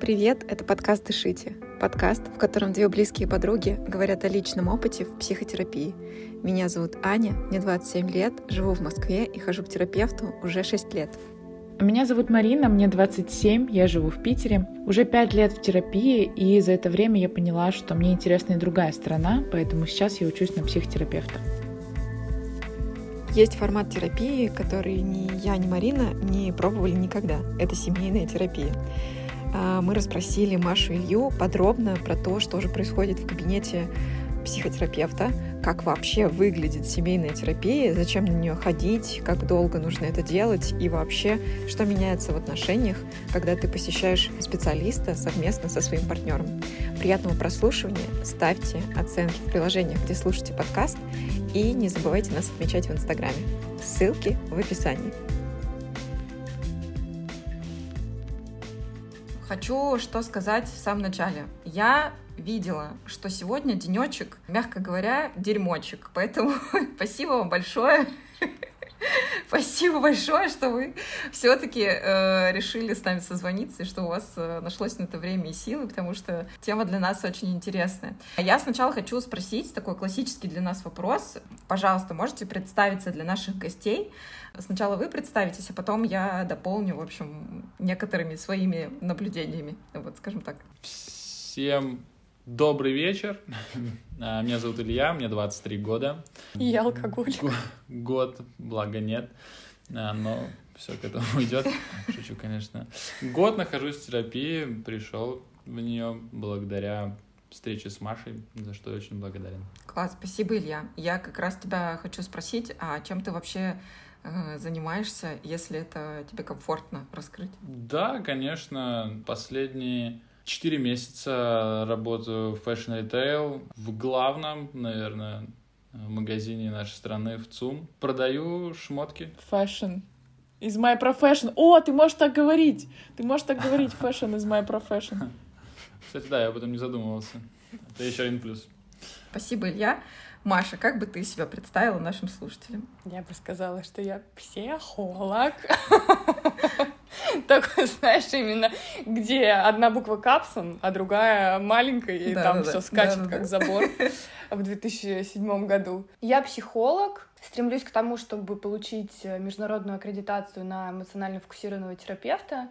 Привет, это подкаст «Дышите». Подкаст, в котором две близкие подруги говорят о личном опыте в психотерапии. Меня зовут Аня, мне 27 лет, живу в Москве и хожу к терапевту уже 6 лет. Меня зовут Марина, мне 27, я живу в Питере. Уже 5 лет в терапии, и за это время я поняла, что мне интересна и другая сторона, поэтому сейчас я учусь на психотерапевта. Есть формат терапии, который ни я, ни Марина не пробовали никогда. Это семейная терапия. Мы расспросили Машу и Илью подробно про то, что же происходит в кабинете психотерапевта, как вообще выглядит семейная терапия, зачем на нее ходить, как долго нужно это делать и вообще, что меняется в отношениях, когда ты посещаешь специалиста совместно со своим партнером. Приятного прослушивания, ставьте оценки в приложениях, где слушаете подкаст, и не забывайте нас отмечать в Инстаграме. Ссылки в описании. Хочу что сказать в самом начале. Я видела, что сегодня денечек, мягко говоря, дерьмочек. Поэтому спасибо вам большое. Спасибо большое, что вы все-таки решили с нами созвониться, и что у вас нашлось на это время и силы, потому что тема для нас очень интересная. Я сначала хочу спросить такой классический для нас вопрос. Пожалуйста, можете представиться для наших гостей? Сначала вы представитесь, а потом я дополню, в общем, некоторыми своими наблюдениями, вот, скажем так. Всем добрый вечер. Меня зовут Илья, мне 23 года. И я алкоголик. Год, благо нет, но все к этому идет. Шучу, конечно. Год нахожусь в терапии, пришел в нее благодаря встрече с Машей, за что я очень благодарен. Класс, спасибо, Илья. Я как раз тебя хочу спросить, а чем ты вообще занимаешься, если это тебе комфортно раскрыть? Да, конечно, последние 4 месяца работаю в Fashion Retail, в главном, наверное, магазине нашей страны, в ЦУМ. Продаю шмотки. Fashion is my profession. О, ты можешь так говорить! Ты можешь так говорить, fashion is my profession. Кстати, да, я об этом не задумывался. Это еще один плюс. Спасибо, Илья. Маша, как бы ты себя представила нашим слушателям? Я бы сказала, что я психолог. Такой, знаешь, именно, где одна буква капсом, а другая маленькая, и там все скачет, как забор в 2007 году. Я психолог, стремлюсь к тому, чтобы получить международную аккредитацию на эмоционально фокусированного терапевта.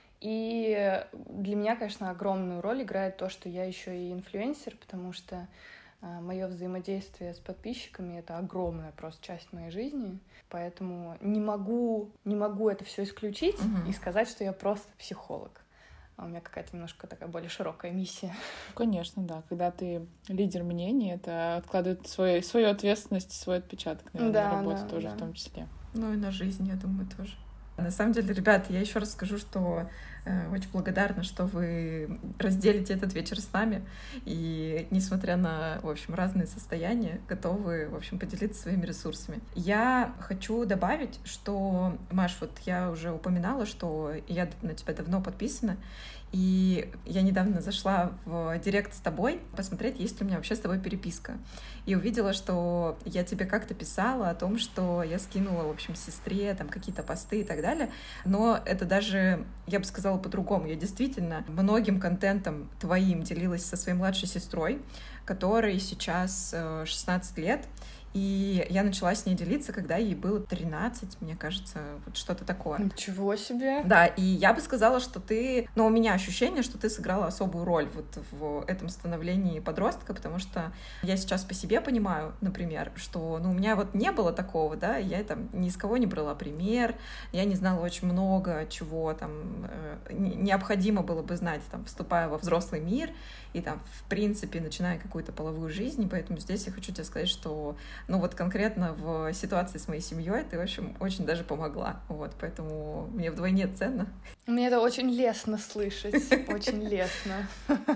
И для меня, конечно, огромную роль играет то, что я еще и инфлюенсер, потому что мое взаимодействие с подписчиками — это огромная просто часть моей жизни, поэтому не могу это все исключить и сказать, что я просто психолог. А у меня какая-то немножко такая более широкая миссия. Конечно, да. Когда ты лидер мнений, это откладывает свою ответственность, свой отпечаток, наверное, на работу тоже в том числе. Ну и на жизнь, я думаю, тоже. На самом деле, ребята, я еще раз скажу, что очень благодарна, что вы разделите этот вечер с нами и, несмотря на, в общем, разные состояния, готовы, в общем, поделиться своими ресурсами. Я хочу добавить, что, Маш, вот я уже упоминала, что я на тебя давно подписана, и я недавно зашла в директ с тобой посмотреть, есть ли у меня вообще с тобой переписка. И увидела, что я тебе как-то писала о том, что я скинула, в общем, сестре там какие-то посты и так далее. Но это даже, я бы сказала, по-другому. Я действительно многим контентом твоим делилась со своей младшей сестрой, которой сейчас 16 лет. И я начала с ней делиться, когда ей было 13, мне кажется, вот что-то такое. Ничего себе! Да, и я бы сказала, что ты... Но у меня ощущение, что ты сыграла особую роль вот в этом становлении подростка, потому что я сейчас по себе понимаю, например, что у меня вот не было такого, да, я там ни с кого не брала пример, я не знала очень много чего там необходимо было бы знать, там, вступая во взрослый мир и там, в принципе, начиная какую-то половую жизнь, и поэтому здесь я хочу тебе сказать, что вот конкретно в ситуации с моей семьей ты, в общем, очень даже помогла. Вот, поэтому мне вдвойне ценно. Мне это очень лестно слышать, очень лестно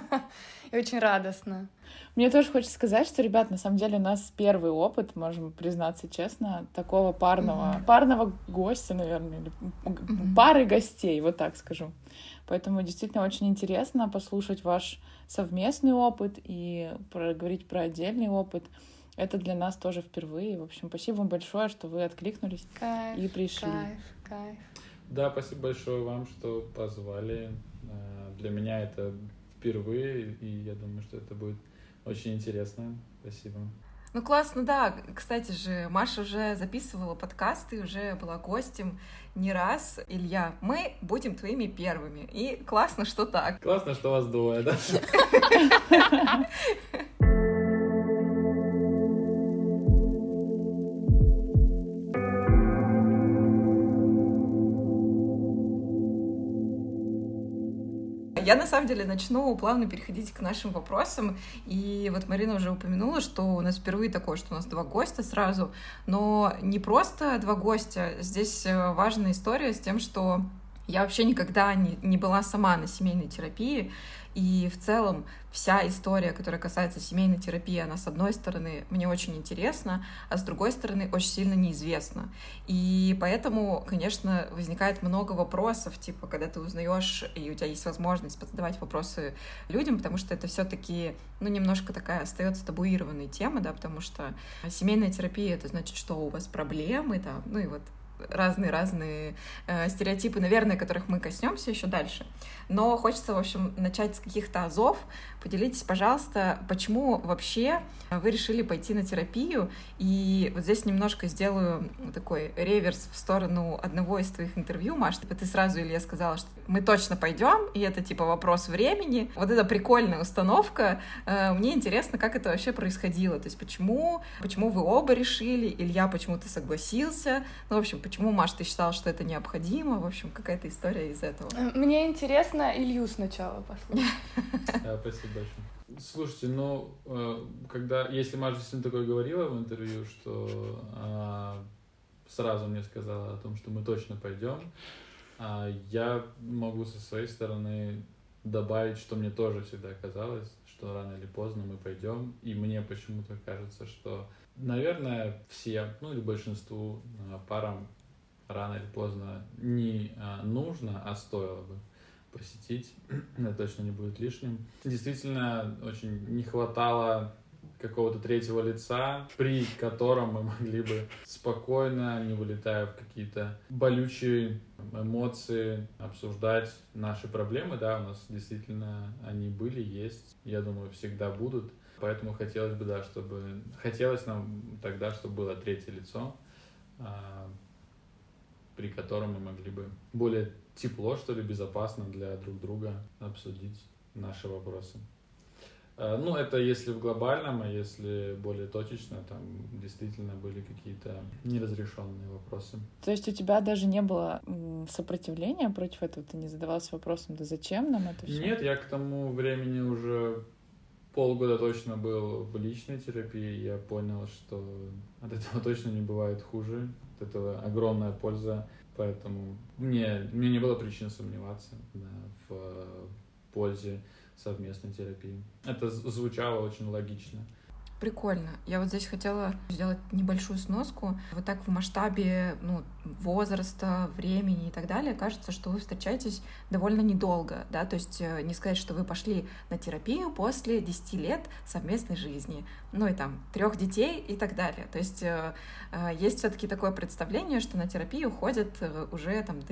и очень радостно. Мне тоже хочется сказать, что, ребят, на самом деле у нас первый опыт, можем признаться честно, такого парного гостя, наверное, или пары гостей, вот так скажу. Поэтому действительно очень интересно послушать ваш совместный опыт и говорить про отдельный опыт. Это для нас тоже впервые. В общем, спасибо вам большое, что вы откликнулись и пришли. Да, спасибо большое вам, что позвали. Для меня это впервые, и я думаю, что это будет очень интересно. Спасибо. Ну, классно, да. Кстати же, Маша уже записывала подкасты, уже была гостем не раз. Илья, мы будем твоими первыми. И классно, что так. Классно, что вас двое, да? Я, на самом деле, начну плавно переходить к нашим вопросам. И вот Марина уже упомянула, что у нас впервые такое, что у нас 2 гостя сразу. Но не просто 2 гостя. Здесь важная история с тем, что я вообще никогда не была сама на семейной терапии. И в целом вся история, которая касается семейной терапии, она, с одной стороны, мне очень интересна, а с другой стороны, очень сильно неизвестна. И поэтому, конечно, возникает много вопросов, типа, когда ты узнаешь, и у тебя есть возможность задавать вопросы людям, потому что это все-таки, ну, немножко такая остается табуированная тема, да, потому что семейная терапия — это значит, что у вас проблемы, там, ну и вот разные стереотипы, наверное, которых мы коснемся еще дальше. Но хочется, в общем, начать с каких-то азов. Поделитесь, пожалуйста, почему вообще вы решили пойти на терапию. И вот здесь немножко сделаю такой реверс в сторону одного из твоих интервью, Маш. Ты сразу, Илья, сказала, что мы точно пойдем, и это типа вопрос времени. Вот это прикольная установка. Мне интересно, как это вообще происходило. То есть почему вы оба решили, Илья почему-то согласился. Ну, в общем, почему, Маш, ты считала, что это необходимо? В общем, какая-то история из этого. Мне интересно Илью сначала послушать. Спасибо большое. Слушайте, ну, если Маша действительно такое говорила в интервью, что сразу мне сказала о том, что мы точно пойдем, я могу со своей стороны добавить, что мне тоже всегда казалось, что рано или поздно мы пойдем, и мне почему-то кажется, что, наверное, всем, ну или большинству парам рано или поздно не нужно, а стоило бы посетить. Это точно не будет лишним. Действительно, очень не хватало какого-то третьего лица, при котором мы могли бы спокойно, не вылетая в какие-то болючие эмоции, обсуждать наши проблемы. Да, у нас действительно они были, есть, я думаю, всегда будут. Поэтому хотелось бы, да, хотелось нам тогда, чтобы было третье лицо, при котором мы могли бы более тепло, что ли, безопасно для друг друга обсудить наши вопросы. Ну, это если в глобальном, а если более точечно, там действительно были какие-то неразрешенные вопросы. То есть у тебя даже не было сопротивления против этого? Ты не задавался вопросом, да зачем нам это все? Нет, я к тому времени уже полгода точно был в личной терапии. Я понял, что от этого точно не бывает хуже. От этого огромная польза. Поэтому мне не было причин сомневаться, да, в пользе совместной терапии. Это звучало очень логично. Прикольно. Я вот здесь хотела сделать небольшую сноску. Вот так в масштабе возраста, времени и так далее кажется, что вы встречаетесь довольно недолго, да, то есть не сказать, что вы пошли на терапию после 10 лет совместной жизни, ну и там 3 детей и так далее. То есть есть все-таки такое представление, что на терапию ходят уже там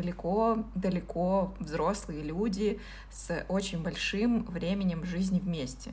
далеко взрослые люди с очень большим временем жизни вместе.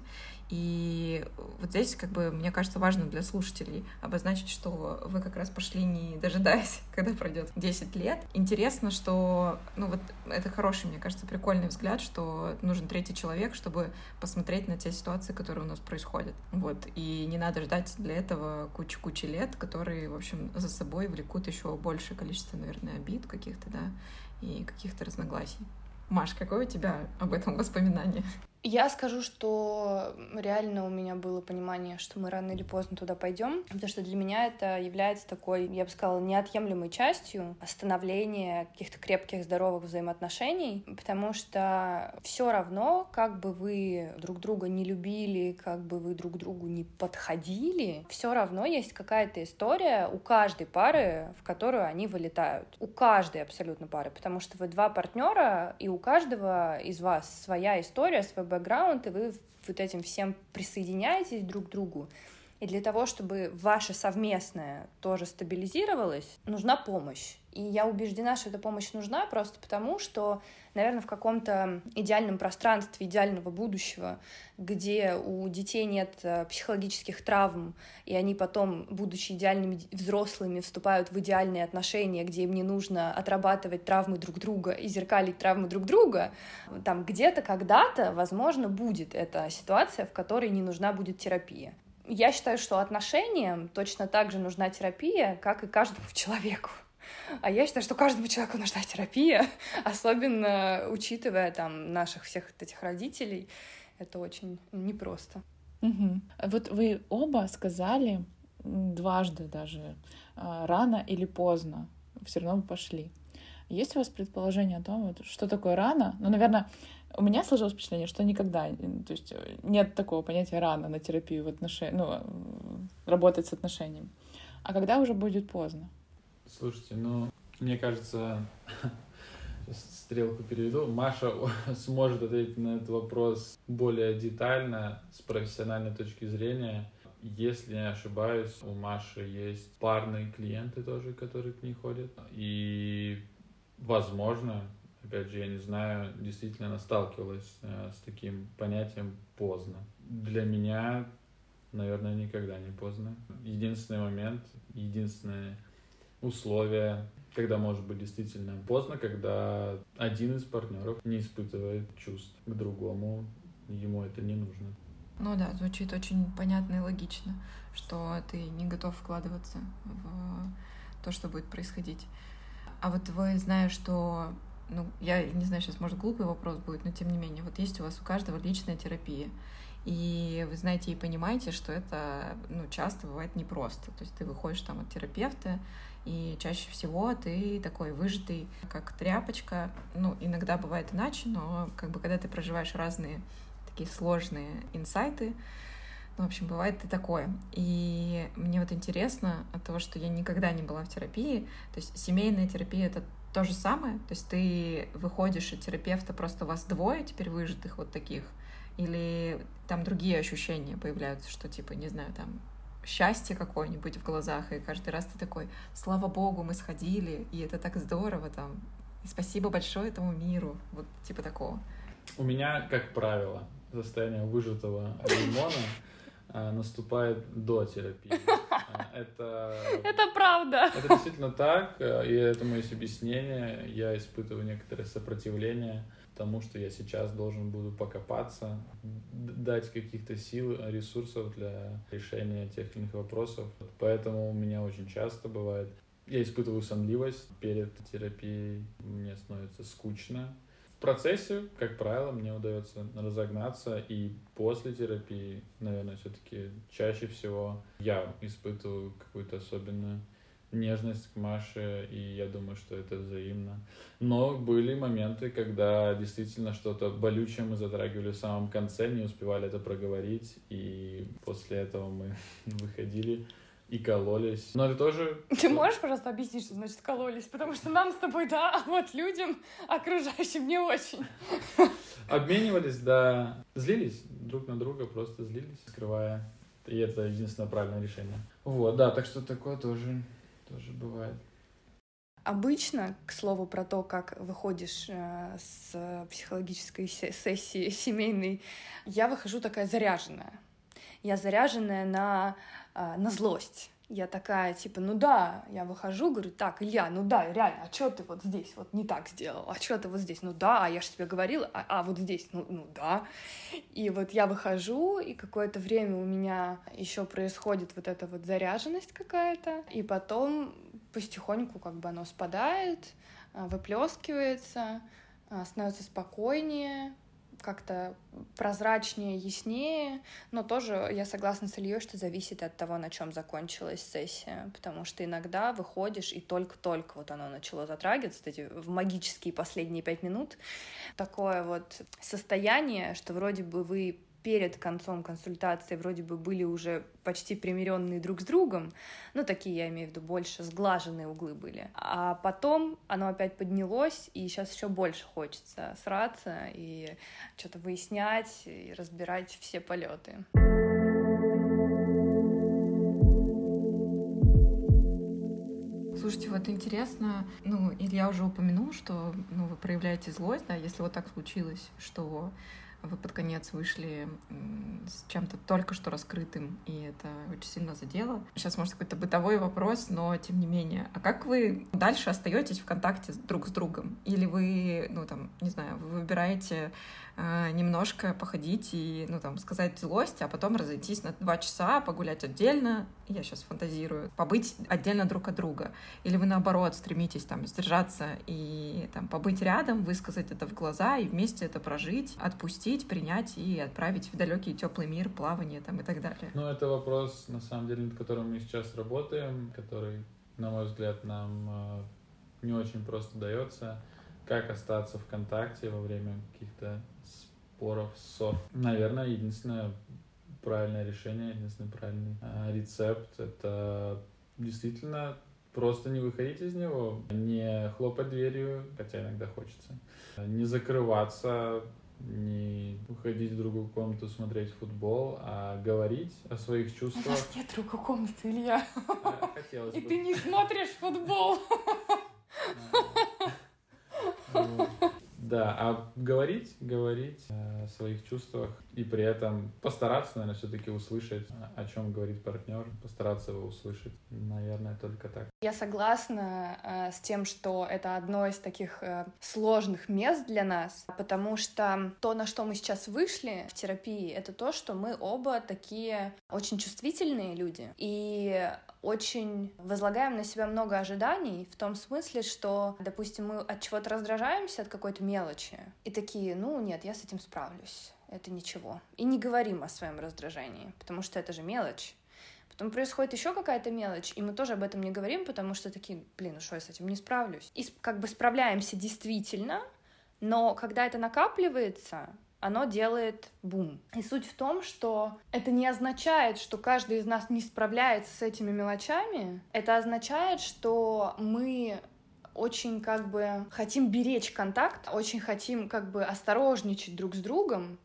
И вот здесь, мне кажется, важно для слушателей обозначить, что вы как раз пошли, не дожидаясь, когда пройдет 10 лет. Интересно, что, это хороший, мне кажется, прикольный взгляд, что нужен третий человек, чтобы посмотреть на те ситуации, которые у нас происходят. Вот. И не надо ждать для этого кучи лет, которые, в общем, за собой влекут еще большее количество, наверное, обид каких-то, да, и каких-то разногласий. Маш, какое у тебя об этом воспоминание? Я скажу, что реально у меня было понимание, что мы рано или поздно туда пойдем, потому что для меня это является такой, я бы сказала, неотъемлемой частью становления каких-то крепких, здоровых взаимоотношений, потому что все равно, как бы вы друг друга не любили, как бы вы друг другу не подходили, все равно есть какая-то история у каждой пары, в которую они вылетают. У каждой абсолютно пары, потому что вы 2 партнера, и у каждого из вас своя история, свой бэкграунд, и вы вот этим всем присоединяетесь друг к другу. И для того, чтобы ваше совместное тоже стабилизировалось, нужна помощь. И я убеждена, что эта помощь нужна просто потому, что, наверное, в каком-то идеальном пространстве идеального будущего, где у детей нет психологических травм, и они потом, будучи идеальными взрослыми, вступают в идеальные отношения, где им не нужно отрабатывать травмы друг друга и зеркалить травмы друг друга, там где-то, когда-то, возможно, будет эта ситуация, в которой не нужна будет терапия. Я считаю, что отношениям точно так же нужна терапия, как и каждому человеку. А я считаю, что каждому человеку нужна терапия, особенно учитывая там наших всех этих родителей. Это очень непросто. Угу. Вот вы оба сказали дважды даже, рано или поздно, все равно вы пошли. Есть у вас предположение о том, вот, что такое рано? Ну, наверное, у меня сложилось впечатление, что никогда, то есть нет такого понятия рано на терапию в работать с отношениями. А когда уже будет поздно? Слушайте, мне кажется, сейчас стрелку переведу, Маша сможет ответить на этот вопрос более детально, с профессиональной точки зрения. Если не ошибаюсь, у Маши есть парные клиенты тоже, которые к ней ходят. И, возможно, опять же, я не знаю, действительно она сталкивалась с таким понятием «поздно». Для меня, наверное, никогда не поздно. Единственный момент, единственное условие, когда может быть действительно поздно, когда один из партнеров не испытывает чувств к другому, ему это не нужно. Ну да, звучит очень понятно и логично, что ты не готов вкладываться в то, что будет происходить. А вот вы, зная, что... я не знаю, сейчас, может, глупый вопрос будет, но тем не менее, вот есть у вас у каждого личная терапия, и вы знаете и понимаете, что это, часто бывает непросто. То есть ты выходишь там от терапевта, и чаще всего ты такой выжатый, как тряпочка. Иногда бывает иначе, но когда ты проживаешь разные такие сложные инсайты, в общем, бывает и такое. И мне вот интересно от того, что я никогда не была в терапии, то есть семейная терапия — это то же самое? То есть ты выходишь от терапевта, просто вас двое теперь выжатых вот таких, или там другие ощущения появляются, что типа, не знаю, там счастье какое-нибудь в глазах, и каждый раз ты такой: слава богу, мы сходили, и это так здорово, там, и спасибо большое этому миру, вот типа такого. У меня, как правило, состояние выжатого лимона наступает до терапии. Это правда. Это действительно так, и этому есть объяснение. Я испытываю некоторое сопротивление тому, что я сейчас должен буду покопаться, дать каких-то сил, ресурсов для решения тех или иных вопросов. Поэтому у меня очень часто бывает, я испытываю сонливость перед терапией, мне становится скучно. В процессе, как правило, мне удается разогнаться, и после терапии, наверное, все-таки чаще всего я испытываю какую-то особенную нежность к Маше, и я думаю, что это взаимно. Но были моменты, когда действительно что-то болючее мы затрагивали в самом конце, не успевали это проговорить, и после этого мы выходили и кололись. Но это тоже... Ты можешь, пожалуйста, объяснить, что значит кололись? Потому что нам с тобой, да, а вот людям, окружающим, не очень. Обменивались, да. Злились друг на друга, просто злились, скрывая. И это единственное правильное решение. Вот, да, так что такое тоже бывает. Обычно, к слову, про то, как выходишь с психологической сессии семейной, я выхожу такая заряженная. Я заряженная на злость. Я такая, типа, я выхожу, говорю: так, Илья, реально, а что ты вот здесь вот не так сделал? А что ты вот здесь? А я же тебе говорила, а вот здесь, да. И вот я выхожу, и какое-то время у меня еще происходит вот эта вот заряженность какая-то, и потом потихоньку оно спадает, выплескивается, становится спокойнее, как-то прозрачнее, яснее, но тоже я согласна с Ильей, что зависит от того, на чем закончилась сессия, потому что иногда выходишь, и только-только вот оно начало затрагиваться, эти в магические последние 5 минут, такое вот состояние, что вроде бы вы перед концом консультации вроде бы были уже почти примиренные друг с другом, такие, я имею в виду, больше сглаженные углы были. А потом оно опять поднялось, и сейчас еще больше хочется сраться и что-то выяснять, и разбирать все полеты. Слушайте, вот интересно, Илья уже упомянул, что вы проявляете злость, да, если вот так случилось, что вы под конец вышли с чем-то только что раскрытым, и это очень сильно задело. Сейчас, может, какой-то бытовой вопрос, но тем не менее. А как вы дальше остаетесь в контакте друг с другом? Или вы, не знаю, вы выбираете немножко походить и, сказать злость, а потом разойтись на 2 часа, погулять отдельно, я сейчас фантазирую, побыть отдельно друг от друга? Или вы, наоборот, стремитесь сдержаться и побыть рядом, высказать это в глаза и вместе это прожить, отпустить, принять и отправить в далекий теплый мир, плавание и так далее? Это вопрос, на самом деле, над которым мы сейчас работаем, который, на мой взгляд, нам не очень просто дается. Как остаться в контакте во время каких-то споров, ссор. Наверное, единственное правильное решение, единственный правильный рецепт — это действительно просто не выходить из него, не хлопать дверью, хотя иногда хочется, не закрываться, не уходить в другую комнату смотреть футбол, а говорить о своих чувствах. У нас нет другой комнаты, Илья. Хотелось бы. И ты не смотришь футбол. Да, а говорить о своих чувствах и при этом постараться, наверное, все-таки услышать, о чем говорит партнер, постараться его услышать. Наверное, только так. Я согласна с тем, что это одно из таких сложных мест для нас, потому что то, на что мы сейчас вышли в терапии, это то, что мы оба такие очень чувствительные люди и очень возлагаем на себя много ожиданий в том смысле, что, допустим, мы от чего-то раздражаемся, от какой-то мелочи, и такие, нет, я с этим справлюсь, это ничего. И не говорим о своем раздражении, потому что это же мелочь. Потом происходит еще какая-то мелочь, и мы тоже об этом не говорим, потому что такие, что я с этим не справлюсь. И справляемся действительно, но когда это накапливается, оно делает бум. И суть в том, что это не означает, что каждый из нас не справляется с этими мелочами. Это означает, что мы очень хотим беречь контакт, очень хотим осторожничать друг с другом.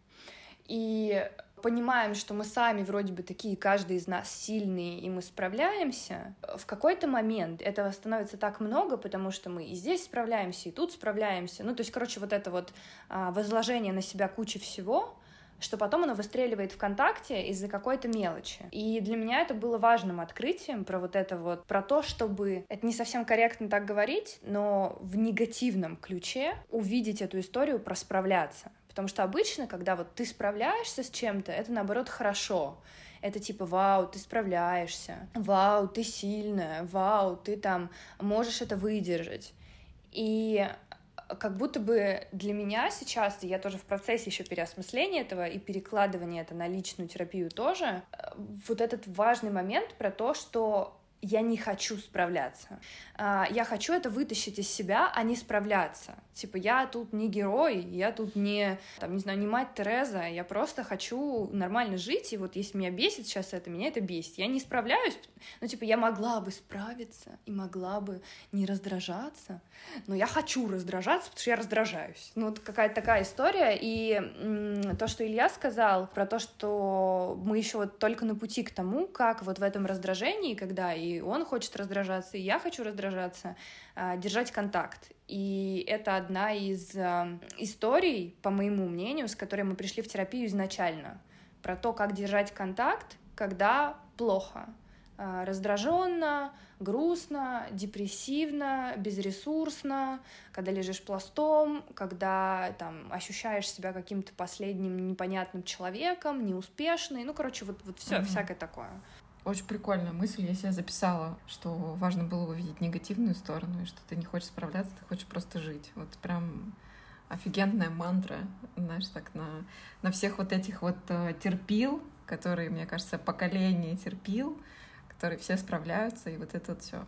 И понимаем, что мы сами вроде бы такие, каждый из нас сильные, и мы справляемся, в какой-то момент этого становится так много, потому что мы и здесь справляемся, и тут справляемся. Вот это возложение на себя кучи всего, что потом оно выстреливает ВКонтакте из-за какой-то мелочи. И для меня это было важным открытием про то, чтобы, это не совсем корректно так говорить, но в негативном ключе увидеть эту историю про справляться. Потому что обычно, когда ты справляешься с чем-то, это, наоборот, хорошо. Это вау, ты справляешься, вау, ты сильная, вау, ты можешь это выдержать. И как будто бы для меня сейчас, я тоже в процессе еще переосмысления этого и перекладывания это на личную терапию тоже, этот важный момент про то, что я не хочу справляться. Я хочу это вытащить из себя, а не справляться. Я тут не герой, я тут не мать Тереза, я просто хочу нормально жить, и если меня бесит сейчас это, меня это бесит. Я не справляюсь, я могла бы справиться и могла бы не раздражаться, но я хочу раздражаться, потому что я раздражаюсь. Какая-то такая история, и то, что Илья сказал, про то, что мы еще только на пути к тому, как в этом раздражении, когда и он хочет раздражаться, и я хочу раздражаться, держать контакт. И это одна из историй, по моему мнению, с которой мы пришли в терапию изначально. Про то, как держать контакт, когда плохо. Раздраженно, грустно, депрессивно, безресурсно, когда лежишь пластом, когда ощущаешь себя каким-то последним непонятным человеком, неуспешной, все, всякое такое. Очень прикольная мысль, я себе записала, что важно было увидеть негативную сторону, и что ты не хочешь справляться, ты хочешь просто жить. Прям офигенная мантра, знаешь, так на всех этих терпил, которые, мне кажется, поколение терпил, которые все справляются, и это все.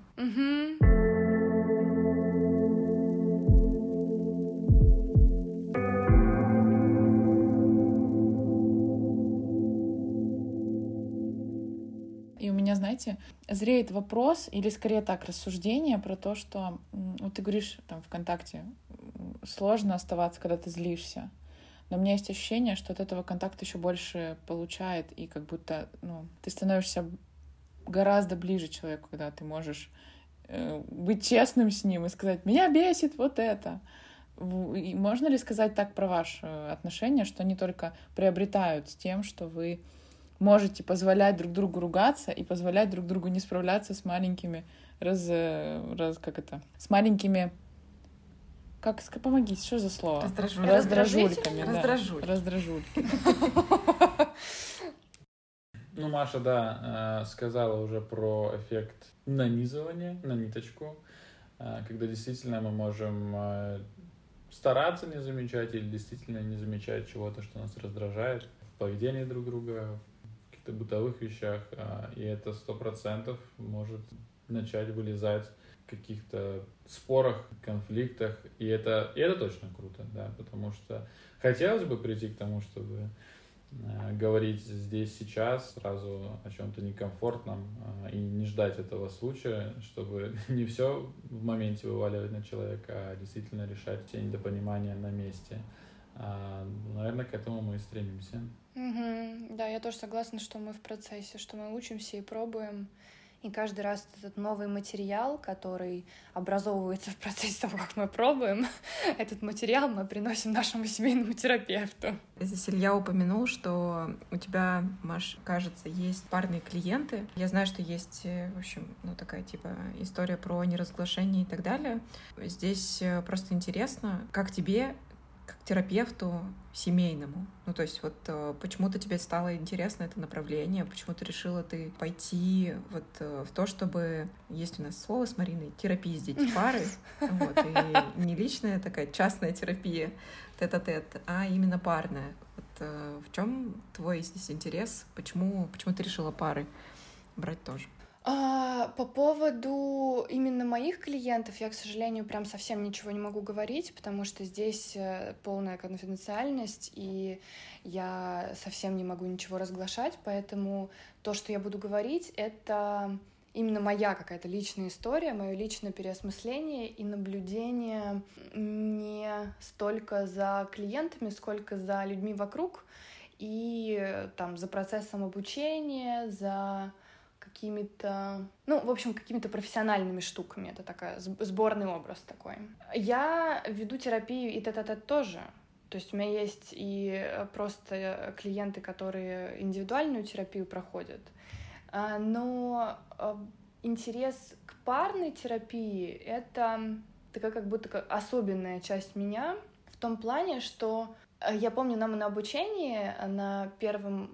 И у меня, знаете, зреет вопрос, или скорее так, рассуждение про то, что ты говоришь ВКонтакте, сложно оставаться, когда ты злишься. Но у меня есть ощущение, что от этого контакт еще больше получает, и как будто ты становишься гораздо ближе человеку, когда ты можешь быть честным с ним и сказать: меня бесит вот это. И можно ли сказать так про ваши отношения, что они только приобретают с тем, что вы можете позволять друг другу ругаться и позволять друг другу не справляться с маленькими с маленькими... Помогите, что за слово? Раздражульками. Раздражульки. Ну, Маша, да, сказала уже про эффект нанизывания на ниточку, когда действительно мы можем стараться не замечать или действительно не замечать чего-то, что нас раздражает в поведении друг друга, в каких-то бытовых вещах, и это 100% может начать вылезать в каких-то спорах, конфликтах, и это точно круто, да, потому что хотелось бы прийти к тому, чтобы говорить здесь, сейчас, сразу о чем-то некомфортном и не ждать этого случая, чтобы не все в моменте вываливать на человека, а действительно решать все недопонимания на месте. Наверное, к этому мы и стремимся. Да, я тоже согласна, что мы в процессе, что мы учимся и пробуем. И каждый раз этот новый материал, который образовывается в процессе того, как мы пробуем, этот материал мы приносим нашему семейному терапевту. Здесь Илья упомянул, что у тебя, Маш, кажется, есть парные клиенты. Я знаю, что есть, в общем, такая типа история про неразглашение и так далее. Здесь просто интересно, как тебе, как терапевту семейному. То есть вот почему-то тебе стало интересно это направление, почему ты решила пойти вот в то, чтобы... Есть у нас слово с Мариной — терапиздить пары. Вот, и не личная такая частная терапия тет-а-тет, а именно парная. Вот в чем твой здесь интерес? Почему ты решила пары брать тоже? По поводу именно моих клиентов я, к сожалению, прям совсем ничего не могу говорить, потому что здесь полная конфиденциальность, и я совсем не могу ничего разглашать, поэтому то, что я буду говорить, это именно моя какая-то личная история, мое личное переосмысление и наблюдение не столько за клиентами, сколько за людьми вокруг и там за процессом обучения, за какими-то, в общем, какими-то профессиональными штуками. Это такой сборный образ такой. Я веду терапию и тет-а-тет тоже. То есть у меня есть и просто клиенты, которые индивидуальную терапию проходят. Но интерес к парной терапии — это такая как будто особенная часть меня в том плане, что я помню, нам на обучении, на первом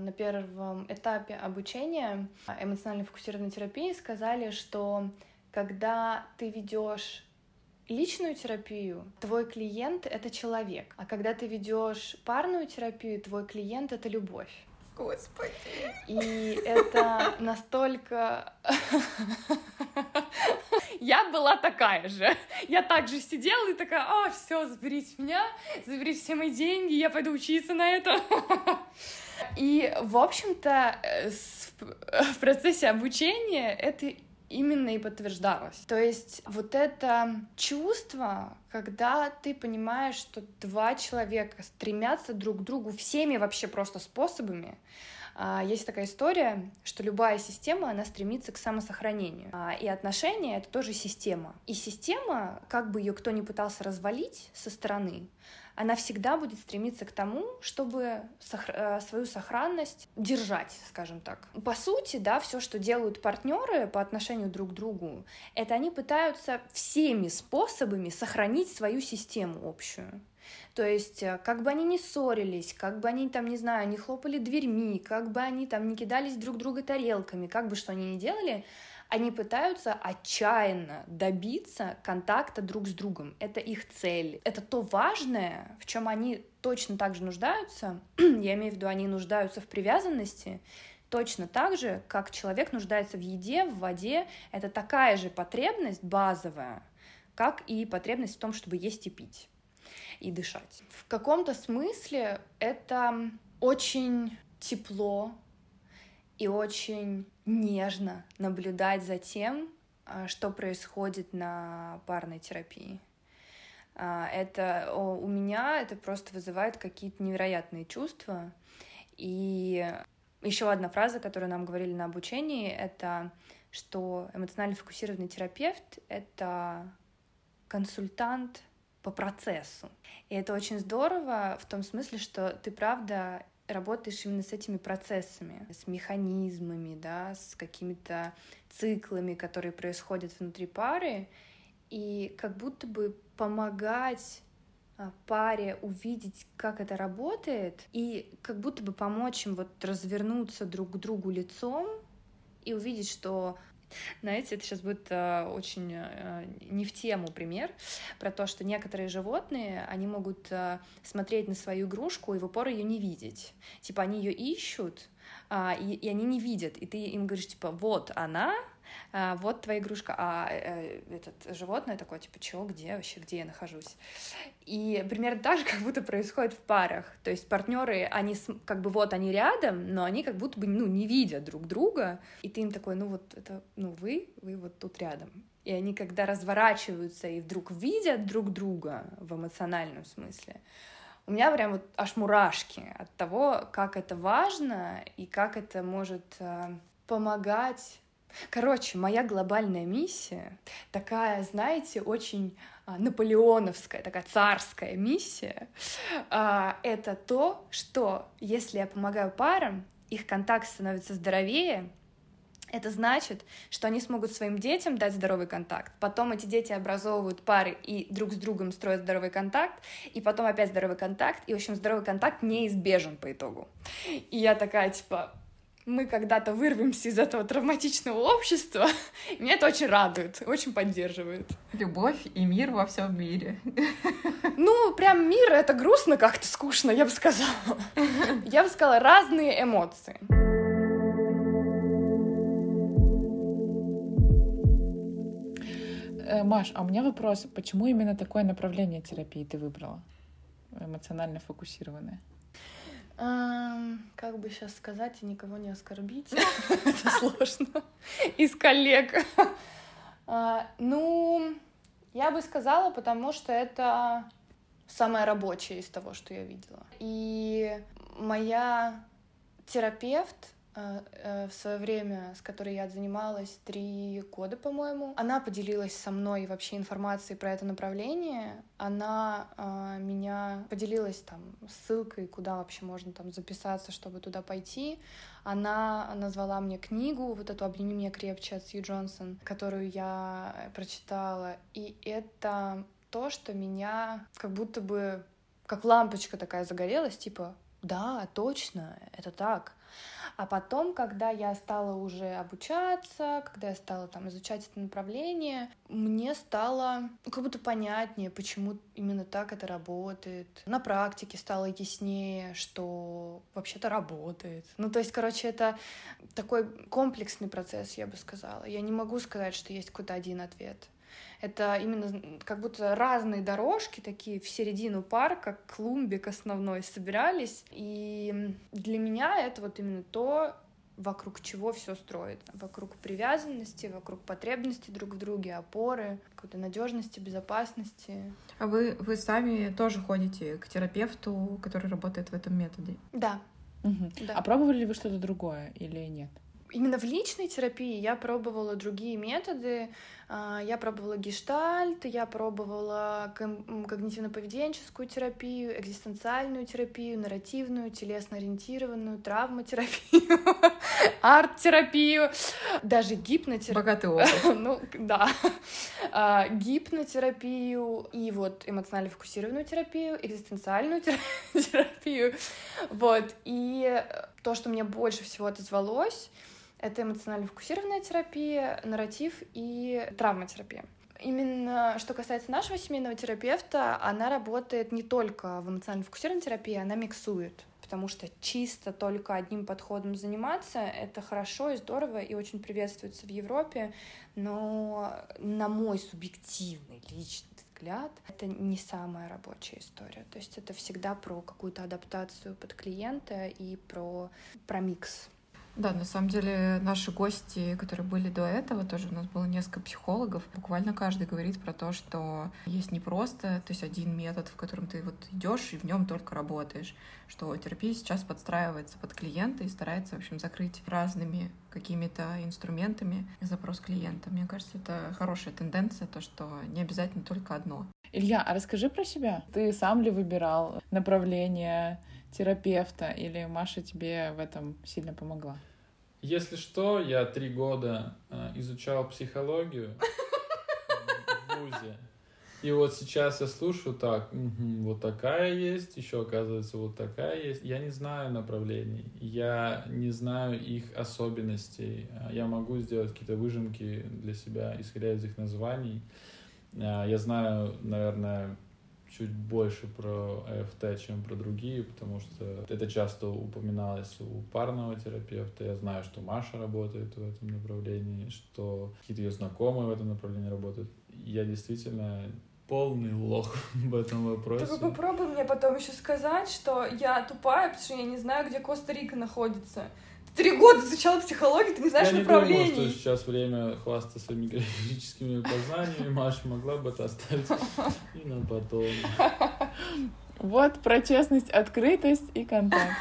этапе обучения эмоционально фокусированной терапии сказали, что когда ты ведешь личную терапию, твой клиент — это человек, а когда ты ведешь парную терапию, твой клиент — это любовь. Господи! И это настолько... Я была такая же. Я также сидела и такая: все, заберите меня, заберите все мои деньги, я пойду учиться на это. И, в общем-то, в процессе обучения это именно и подтверждалось. То есть вот это чувство, когда ты понимаешь, что два человека стремятся друг к другу всеми вообще просто способами. Есть такая история, что любая система, она стремится к самосохранению. И отношения — это тоже система. И система, как бы ее кто ни пытался развалить со стороны, она всегда будет стремиться к тому, чтобы свою сохранность держать, скажем так. По сути, да, все, что делают партнеры по отношению друг к другу, это они пытаются всеми способами сохранить свою систему общую. То есть, как бы они ни ссорились, как бы они там, не знаю, не хлопали дверьми, как бы они там не кидались друг друга тарелками, как бы что они ни делали, они пытаются отчаянно добиться контакта друг с другом. Это их цель. Это то важное, в чем они точно так же нуждаются. Я имею в виду, они нуждаются в привязанности, точно так же, как человек нуждается в еде, в воде. Это такая же потребность базовая, как и потребность в том, чтобы есть и пить, и дышать. В каком-то смысле это очень тепло и очень нежно наблюдать за тем, что происходит на парной терапии. У меня это просто вызывает какие-то невероятные чувства. И еще одна фраза, которую нам говорили на обучении, это что эмоционально фокусированный терапевт — это консультант по процессу. И это очень здорово в том смысле, что ты, правда, работаешь именно с этими процессами, с механизмами, да, с какими-то циклами, которые происходят внутри пары, и как будто бы помогать паре увидеть, как это работает, и как будто бы помочь им вот развернуться друг к другу лицом и увидеть, что... Знаете, это сейчас будет очень не в тему пример про то, что некоторые животные, они могут смотреть на свою игрушку и в упор ее не видеть. Типа они ее ищут, и они не видят, и ты им говоришь, типа, вот она, вот твоя игрушка, этот животное такое, типа, чё, где вообще, где я нахожусь? И примерно так же, как будто происходит в парах. То есть партнеры, они как бы вот они рядом, но они как будто бы, ну, не видят друг друга. И ты им такой, ну вот это, ну вы вот тут рядом. И они, когда разворачиваются и вдруг видят друг друга в эмоциональном смысле, у меня прям вот аж мурашки от того, как это важно и как это может помогать. Короче, моя глобальная миссия такая, знаете, очень наполеоновская, такая царская миссия. Это то, что если я помогаю парам, их контакт становится здоровее, это значит, что они смогут своим детям дать здоровый контакт. Потом эти дети образовывают пары и друг с другом строят здоровый контакт, и потом опять здоровый контакт, и, в общем, здоровый контакт неизбежен по итогу. И я такая, типа, мы когда-то вырвемся из этого травматичного общества, и меня это очень радует, очень поддерживает. Любовь и мир во всем мире. Ну, прям мир — это грустно как-то, скучно, я бы сказала. Я бы сказала, разные эмоции. Маш, а у меня вопрос. Почему именно такое направление терапии ты выбрала? Эмоционально фокусированное. Как бы сейчас сказать и никого не оскорбить? Это сложно. Из коллег. Ну, я бы сказала, потому что это самое рабочее из того, что я видела. И моя терапевт в свое время, с которой я занималась 3 года, по-моему, она поделилась со мной вообще информацией про это направление. Она меня поделилась там ссылкой, куда вообще можно там записаться, чтобы туда пойти. Она назвала мне книгу, вот эту «Обними меня крепче» от Сью Джонсон, которую я прочитала. И это то, что меня как будто бы как лампочка такая загорелась, типа, да, точно, это так. А потом, когда я стала уже обучаться, когда я стала там изучать это направление, мне стало как будто понятнее, почему именно так это работает. На практике стало яснее, что вообще-то работает. Ну, то есть, короче, это такой комплексный процесс, я бы сказала. Я не могу сказать, что есть какой-то один ответ. Это именно как будто разные дорожки такие в середину парка, к клумбе, к основной собирались. И для меня это вот именно то, вокруг чего все строится. Вокруг привязанности, вокруг потребностей друг в друге, опоры, какой-то надежности, безопасности. А вы сами тоже ходите к терапевту, который работает в этом методе? Да. Угу. Да. А пробовали ли вы что-то другое или нет? Именно в личной терапии я пробовала другие методы. Я пробовала гештальт, я пробовала когнитивно-поведенческую терапию, экзистенциальную терапию, нарративную, телесно-ориентированную, травматерапию, арт-терапию, даже гипнотерапию. Богатый опыт. Ну, да. Гипнотерапию и вот эмоционально-фокусированную терапию, экзистенциальную терапию. Вот. И то, что мне больше всего отозвалось, это эмоционально фокусированная терапия, нарратив и травматерапия. Именно что касается нашего семейного терапевта, она работает не только в эмоционально фокусированной терапии, она миксует, потому что чисто только одним подходом заниматься — это хорошо и здорово, и очень приветствуется в Европе, но на мой субъективный личный взгляд, это не самая рабочая история. То есть это всегда про какую-то адаптацию под клиента и про микс. Да, на самом деле наши гости, которые были до этого, тоже у нас было несколько психологов, буквально каждый говорит про то, что есть не просто, то есть один метод, в котором ты вот идешь и в нем только работаешь, что терапия сейчас подстраивается под клиента и старается, в общем, закрыть разными какими-то инструментами запрос клиента. Мне кажется, это хорошая тенденция, то, что не обязательно только одно. Илья, а расскажи про себя. Ты сам ли выбирал направление терапевта, или Маша тебе в этом сильно помогла? Если что, я 3 года изучал психологию в вузе. И вот сейчас я слушаю так, вот такая есть, еще оказывается вот такая есть. Я не знаю направлений, я не знаю их особенностей. Я могу сделать какие-то выжимки для себя, исходя из их названий. Я знаю, наверное, чуть больше про АФТ, чем про другие, потому что это часто упоминалось у парного терапевта. Я знаю, что Маша работает в этом направлении, что какие-то ее знакомые в этом направлении работают. Я действительно полный лох в этом вопросе. Только попробуй мне потом еще сказать, что я тупая, потому что я не знаю, где Коста-Рика находится. 3 года изучала психологию, ты не знаешь направлений. Я не думаю, что сейчас время хвастаться своими графическими познаниями. Маша могла бы это оставить и на потом. Вот про честность, открытость и контакт.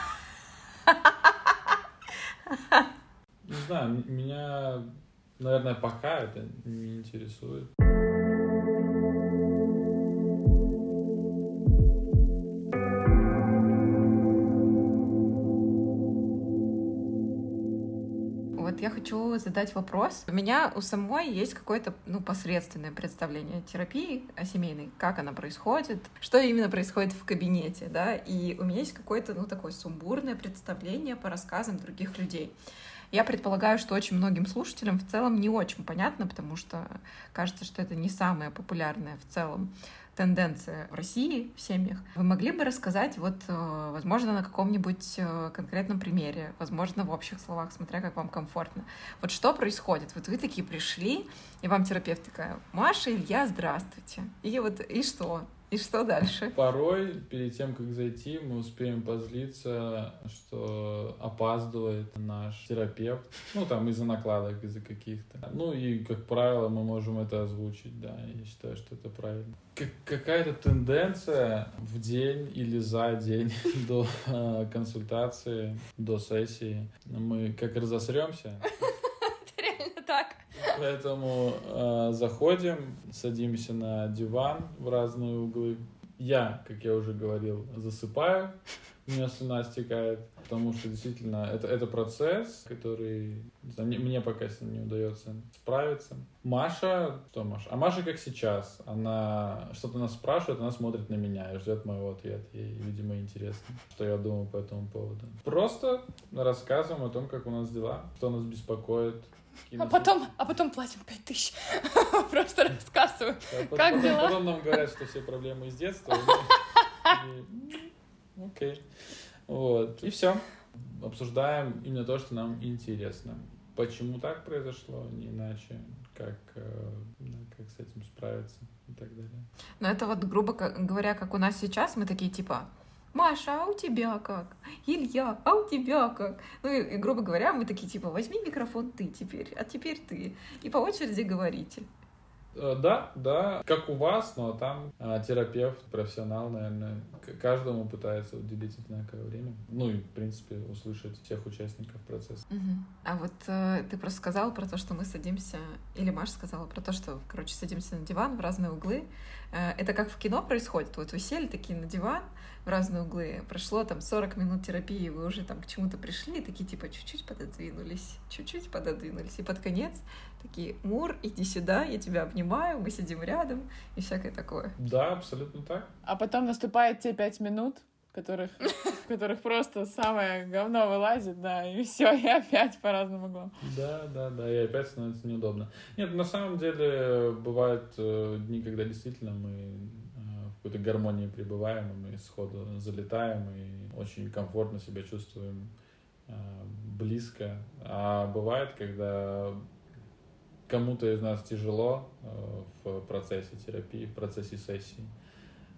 Не знаю, меня, наверное, пока это не интересует. Я хочу задать вопрос. У меня у самой есть какое-то, посредственное представление о терапии, о семейной, как она происходит, что именно происходит в кабинете, да, и у меня есть какое-то, такое сумбурное представление по рассказам других людей. Я предполагаю, что очень многим слушателям в целом не очень понятно, потому что кажется, что это не самое популярное в целом тенденция в России, в семьях. Вы могли бы рассказать, возможно, на каком-нибудь конкретном примере, возможно, в общих словах, смотря как вам комфортно. Вот что происходит? Вот вы такие пришли, и вам терапевт такая: Маша, Илья, здравствуйте. И что? И что дальше? Порой, перед тем, как зайти, мы успеем позлиться, что опаздывает наш терапевт. Из-за накладок, из-за каких-то. И, как правило, мы можем это озвучить, да. Я считаю, что это правильно. Какая-то тенденция в день или за день до консультации, до сессии. Мы как разосремся. Это реально так. Поэтому заходим, садимся на диван в разные углы. Я, как я уже говорил, засыпаю, у меня слюна стекает, потому что действительно это процесс, который мне пока с ним не удается справиться. Маша, что Маша? А Маша как сейчас, она что-то нас спрашивает, она смотрит на меня и ждет моего ответа. Ей, видимо, интересно, что я думаю по этому поводу. Просто рассказываем о том, как у нас дела, что нас беспокоит. А потом платим 5000. Просто рассказываю, как дела. Потом нам говорят, что все проблемы из детства. Окей. Вот. И все. Обсуждаем именно то, что нам интересно. Почему так произошло, не иначе, как с этим справиться и так далее. Но это грубо говоря, как у нас сейчас, мы такие типа: Маша, а у тебя как? Илья, а у тебя как? И грубо говоря, мы такие типа: возьми микрофон ты теперь, а теперь ты. И по очереди говорите. Да, как у вас, но там терапевт, профессионал, наверное, каждому пытается уделить одинаковое время. И, в принципе, услышать всех участников процесса. Угу. А вот ты просто сказала про то, что мы садимся, или Маша сказала про то, что, садимся на диван в разные углы. Это как в кино происходит? Вот вы сели такие на диван в разные углы, прошло 40 минут терапии, вы уже к чему-то пришли, такие типа чуть-чуть пододвинулись, и под конец такие: Мур, иди сюда, я тебя обнимаю, мы сидим рядом, и всякое такое. Да, абсолютно так. А потом наступает те 5 минут, в которых просто самое говно вылазит, да, и все, и опять по разным углам. Да, и опять становится неудобно. Нет, на самом деле бывают дни, когда действительно мы в какой-то гармонии пребываем, и мы сходу залетаем и очень комфортно себя чувствуем близко. А бывает, когда кому-то из нас тяжело в процессе терапии, в процессе сессии,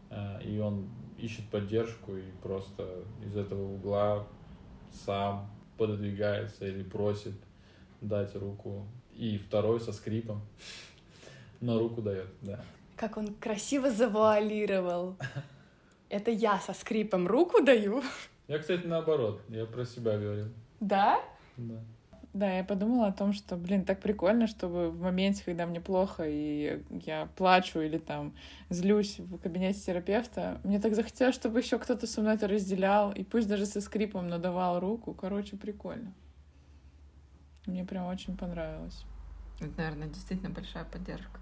и он ищет поддержку и просто из этого угла сам пододвигается или просит дать руку, и второй со скрипом, но руку дает, да. Как он красиво завуалировал. Это я со скрипом руку даю. Я, кстати, наоборот, я про себя говорил. Да? Да. Да, я подумала о том, что, так прикольно, чтобы в моменте, когда мне плохо, и я плачу или там злюсь в кабинете терапевта, мне так захотелось, чтобы еще кто-то со мной это разделял, и пусть даже со скрипом, но давал руку. Короче, прикольно. Мне прям очень понравилось. Это, наверное, действительно большая поддержка.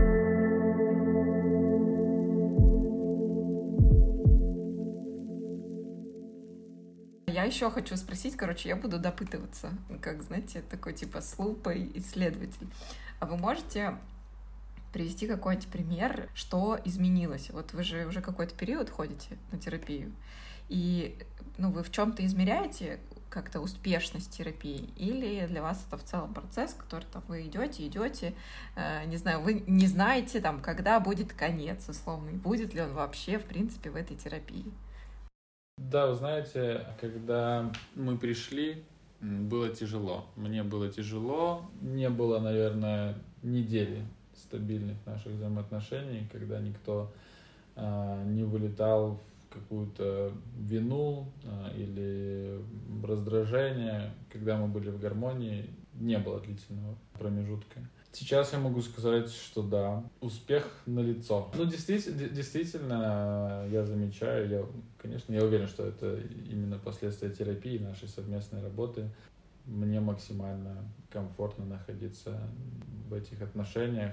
Я еще хочу спросить, я буду допытываться, как, знаете, такой типа с лупой исследователь. А вы можете привести какой-нибудь пример, что изменилось? Вот вы же уже какой-то период ходите на терапию, и вы в чем-то измеряете как-то успешность терапии, или для вас это в целом процесс, который там вы идете, не знаю, вы не знаете, там, когда будет конец, условно, и будет ли он вообще, в принципе, в этой терапии? Да, вы знаете, когда мы пришли, было тяжело. Мне было тяжело. Не было, наверное, недели стабильных наших взаимоотношений, когда никто не вылетал в какую-то вину или раздражение. Когда мы были в гармонии, не было длительного промежутка. Сейчас я могу сказать, что да, успех налицо. Действительно, я замечаю, я уверен, что это именно последствия терапии, нашей совместной работы. Мне максимально комфортно находиться в этих отношениях.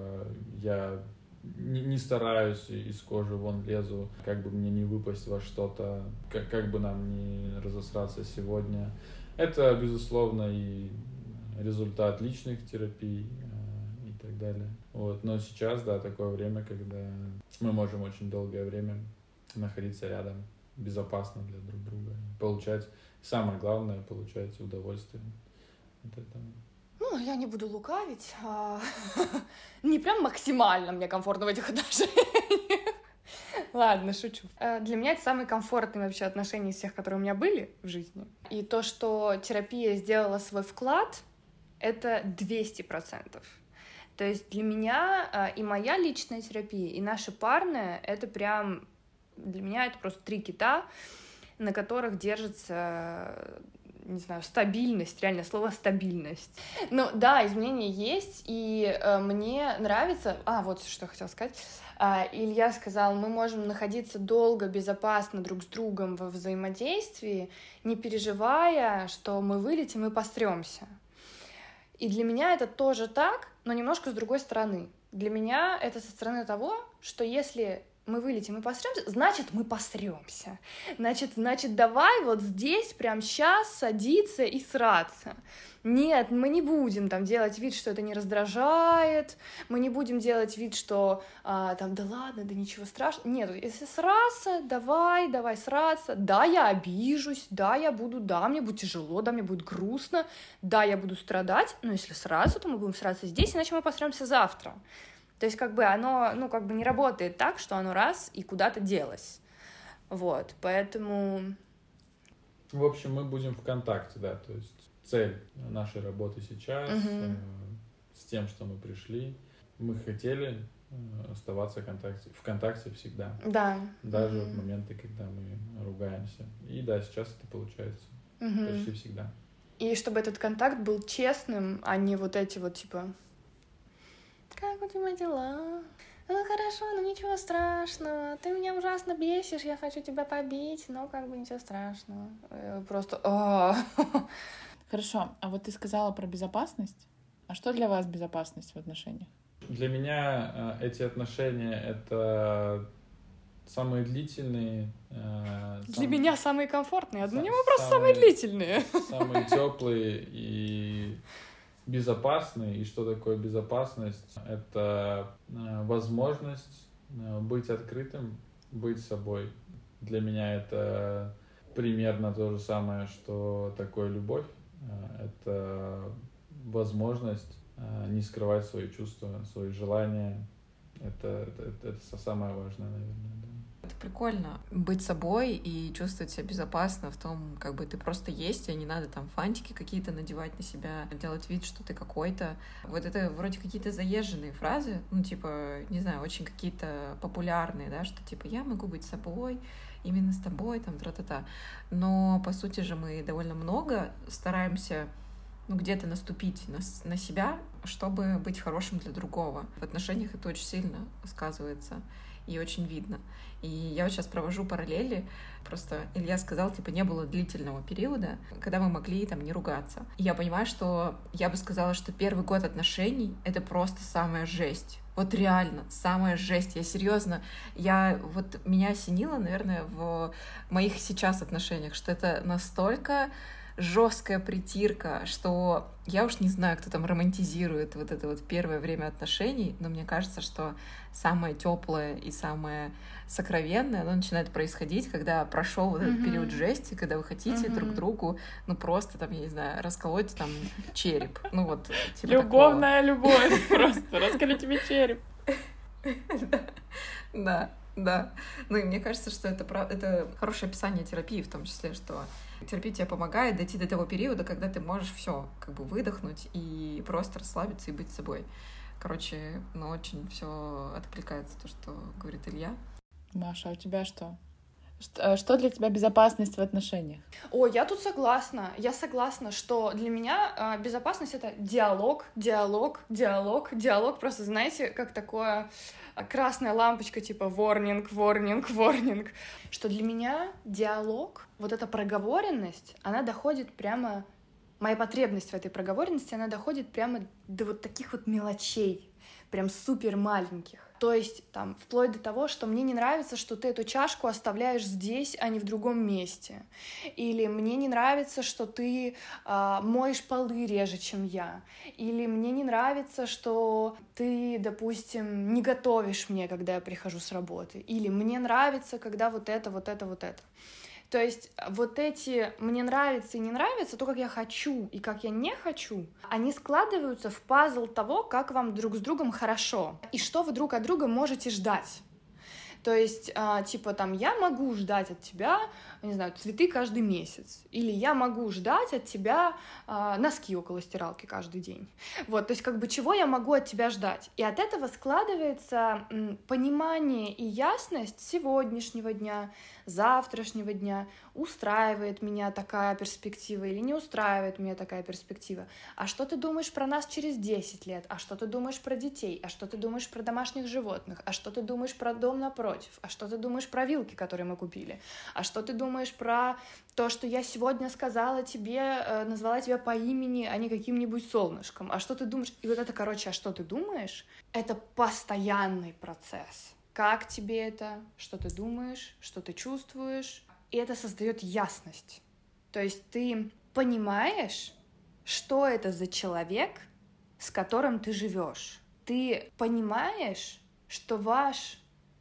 Я не стараюсь, из кожи вон лезу, как бы мне не выпасть во что-то, как бы нам не разосраться сегодня. Это, безусловно, и результат личных терапий и так далее. Но сейчас, да, такое время, когда мы можем очень долгое время находиться рядом, безопасно для друг друга, получать, самое главное, получать удовольствие от этого. Я не буду лукавить. Не прям максимально мне комфортно в этих отношениях. Ладно, шучу. Для меня это самые комфортные вообще отношения из всех, которые у меня были в жизни. И то, что терапия сделала свой вклад, это 200%. То есть для меня и моя личная терапия, и наша парная, это прям... Для меня это просто 3 кита, на которых держится, не знаю, стабильность, реально слово стабильность. Да, изменения есть, и мне нравится... Вот что я хотела сказать. Илья сказал, мы можем находиться долго, безопасно друг с другом во взаимодействии, не переживая, что мы вылетим и посрёмся. И для меня это тоже так, но немножко с другой стороны. Для меня это со стороны того, что если мы вылетим и посрёмся, значит, мы посрёмся. Значит, давай вот здесь, прямо сейчас садиться и сраться. Нет, мы не будем там делать вид, что это не раздражает, мы не будем делать вид, что да ладно, да ничего страшного. Нет, если сраться, давай сраться. Да, я обижусь, да, мне будет тяжело, да, мне будет грустно, да, я буду страдать, но если сраться, то мы будем сраться здесь, иначе мы посрёмся завтра. То есть оно, не работает так, что оно раз и куда-то делось. Поэтому... В общем, мы будем в контакте, да, то есть цель нашей работы сейчас, с тем, что мы пришли, мы хотели оставаться в контакте всегда. Да. Даже в моменты, когда мы ругаемся. И да, сейчас это получается почти всегда. И чтобы этот контакт был честным, а не вот эти типа... Как у тебя дела? Хорошо, ничего страшного. Ты меня ужасно бесишь, я хочу тебя побить, но ничего страшного. Просто... Хорошо, а вот ты сказала про безопасность. А что для вас безопасность в отношениях? Для меня эти отношения — это самые длительные. Для меня самые комфортные, а для него просто самые длительные. Самые теплые и безопасные. И что такое безопасность? Это возможность быть открытым, быть собой. Для меня это примерно то же самое, что такое любовь. Это возможность не скрывать свои чувства, свои желания. Это самое важное, наверное. Да. это прикольно. Быть собой и чувствовать себя безопасно в том, как бы ты просто есть, и не надо там фантики какие-то надевать на себя, делать вид, что ты какой-то. Вот это вроде какие-то заезженные фразы, ну, типа, не знаю, очень какие-то популярные, да, что типа я могу быть собой, именно с тобой, там, тра-та-та. Но, по сути же, мы довольно много стараемся, ну, где-то наступить на себя, чтобы быть хорошим для другого. В отношениях это очень сильно сказывается и очень видно. И я вот сейчас провожу параллели. Просто Илья сказал, типа, не было длительного периода, когда мы могли там не ругаться. И я понимаю, что я бы сказала, что первый год отношений — это просто самая жесть. Вот реально, самая жесть. Я серьезно, меня осенило, наверное, в моих сейчас отношениях, что это настолько жесткая притирка, что я уж не знаю, кто там романтизирует вот это вот первое время отношений, но мне кажется, что самое теплое и самое сокровенное, оно начинает происходить, когда прошел вот этот период жести, когда вы хотите друг другу, ну просто там, я не знаю, расколоть там череп, ну вот типа любовная любовь, просто расколоть тебе череп. Да. Ну и мне кажется, что это хорошее описание терапии, в том числе, что терапия тебе помогает дойти до того периода, когда ты можешь все как бы выдохнуть и просто расслабиться и быть собой. Короче, ну очень все откликается то, что говорит Илья. Маша, а у тебя что? Что для тебя безопасность в отношениях? О, я тут согласна. Я согласна, что для меня безопасность — это диалог. Просто, знаете, как такое красная лампочка, типа warning. Что для меня диалог, вот эта проговоренность, она доходит прямо... Моя потребность в этой проговоренности, она доходит прямо до вот таких вот мелочей, прям супер маленьких. То есть там вплоть до того, что мне не нравится, что ты эту чашку оставляешь здесь, а не в другом месте. Или мне не нравится, что ты моешь полы реже, чем я. Или мне не нравится, что ты, допустим, не готовишь мне, когда я прихожу с работы. Или мне нравится, когда вот это. То есть вот эти «мне нравится» и «не нравится», то, как я хочу и как я не хочу, они складываются в пазл того, как вам друг с другом хорошо и что вы друг от друга можете ждать. То есть, типа, там, я могу ждать от тебя, не знаю, цветы каждый месяц, или я могу ждать от тебя носки около стиралки каждый день. Вот, то есть, как бы, чего я могу от тебя ждать? И от этого складывается понимание и ясность сегодняшнего дня, завтрашнего дня, устраивает меня такая перспектива или не устраивает меня такая перспектива. А что ты думаешь про нас через 10 лет? А что ты думаешь про детей? А что ты думаешь про домашних животных? А что ты думаешь про дом напротив? А что ты думаешь про вилки, которые мы купили? А что ты думаешь про то, что я сегодня сказала тебе, назвала тебя по имени, а не каким-нибудь солнышком? А что ты думаешь? И вот это, короче, а что ты думаешь? Это постоянный процесс. Как тебе это? Что ты думаешь? Что ты чувствуешь? И это создает ясность. То есть ты понимаешь, что это за человек, с которым ты живешь. Ты понимаешь, что ваш,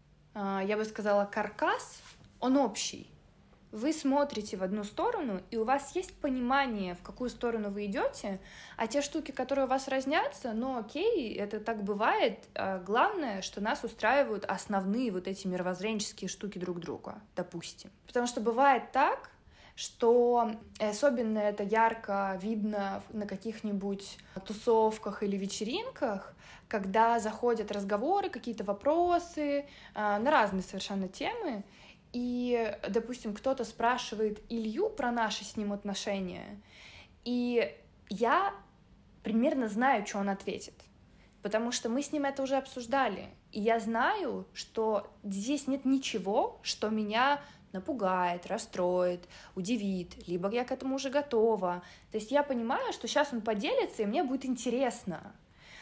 я бы сказала, каркас, он общий. Вы смотрите в одну сторону, и у вас есть понимание, в какую сторону вы идете, а те штуки, которые у вас разнятся, ну окей, это так бывает. Главное, что нас устраивают основные вот эти мировоззренческие штуки друг друга, допустим. Потому что бывает так, что особенно это ярко видно на каких-нибудь тусовках или вечеринках, когда заходят разговоры, какие-то вопросы на разные совершенно темы, и, допустим, кто-то спрашивает Илью про наши с ним отношения, и я примерно знаю, что он ответит, потому что мы с ним это уже обсуждали, и я знаю, что здесь нет ничего, что меня напугает, расстроит, удивит, либо я к этому уже готова. То есть я понимаю, что сейчас он поделится, и мне будет интересно,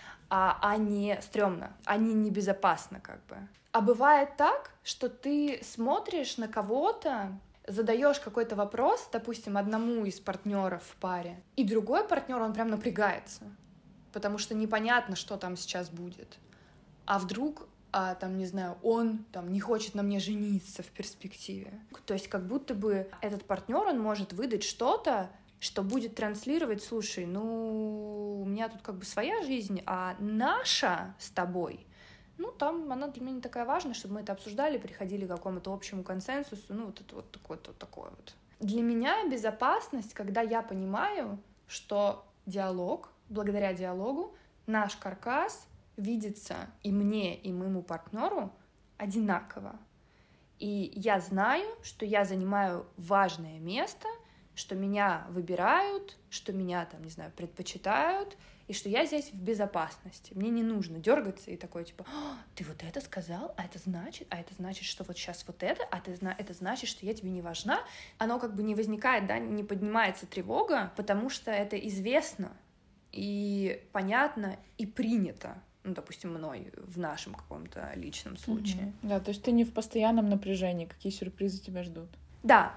а не стрёмно, а не небезопасно как бы. А бывает так, что ты смотришь на кого-то, задаешь какой-то вопрос, допустим, одному из партнеров в паре, и другой партнер, он прям напрягается, потому что непонятно, что там сейчас будет. А вдруг, там, не знаю, он там не хочет на мне жениться в перспективе. То есть как будто бы этот партнер, он может выдать что-то, что будет транслировать: слушай, ну, у меня тут как бы своя жизнь, а наша с тобой, ну, там она для меня не такая важная, чтобы мы это обсуждали, приходили к какому-то общему консенсусу, ну, вот это вот такое вот. Для меня безопасность, когда я понимаю, что диалог, благодаря диалогу, наш каркас видится и мне, и моему партнеру одинаково. И я знаю, что я занимаю важное место, что меня выбирают, что меня, там, не знаю, предпочитают, и что я здесь в безопасности. Мне не нужно дергаться и такой, типа, ты вот это сказал, а это значит, что вот сейчас вот это, это значит, что я тебе не важна. Оно как бы не возникает, да, не поднимается тревога, потому что это известно и понятно, и принято. Ну, допустим, мной в нашем каком-то личном случае. Да, то есть ты не в постоянном напряжении, какие сюрпризы тебя ждут. Да.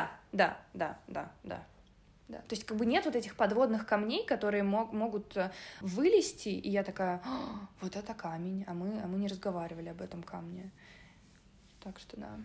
То есть как бы нет вот этих подводных камней, которые могут вылезти, и я такая, вот это камень, а мы не разговаривали об этом камне. Так что да.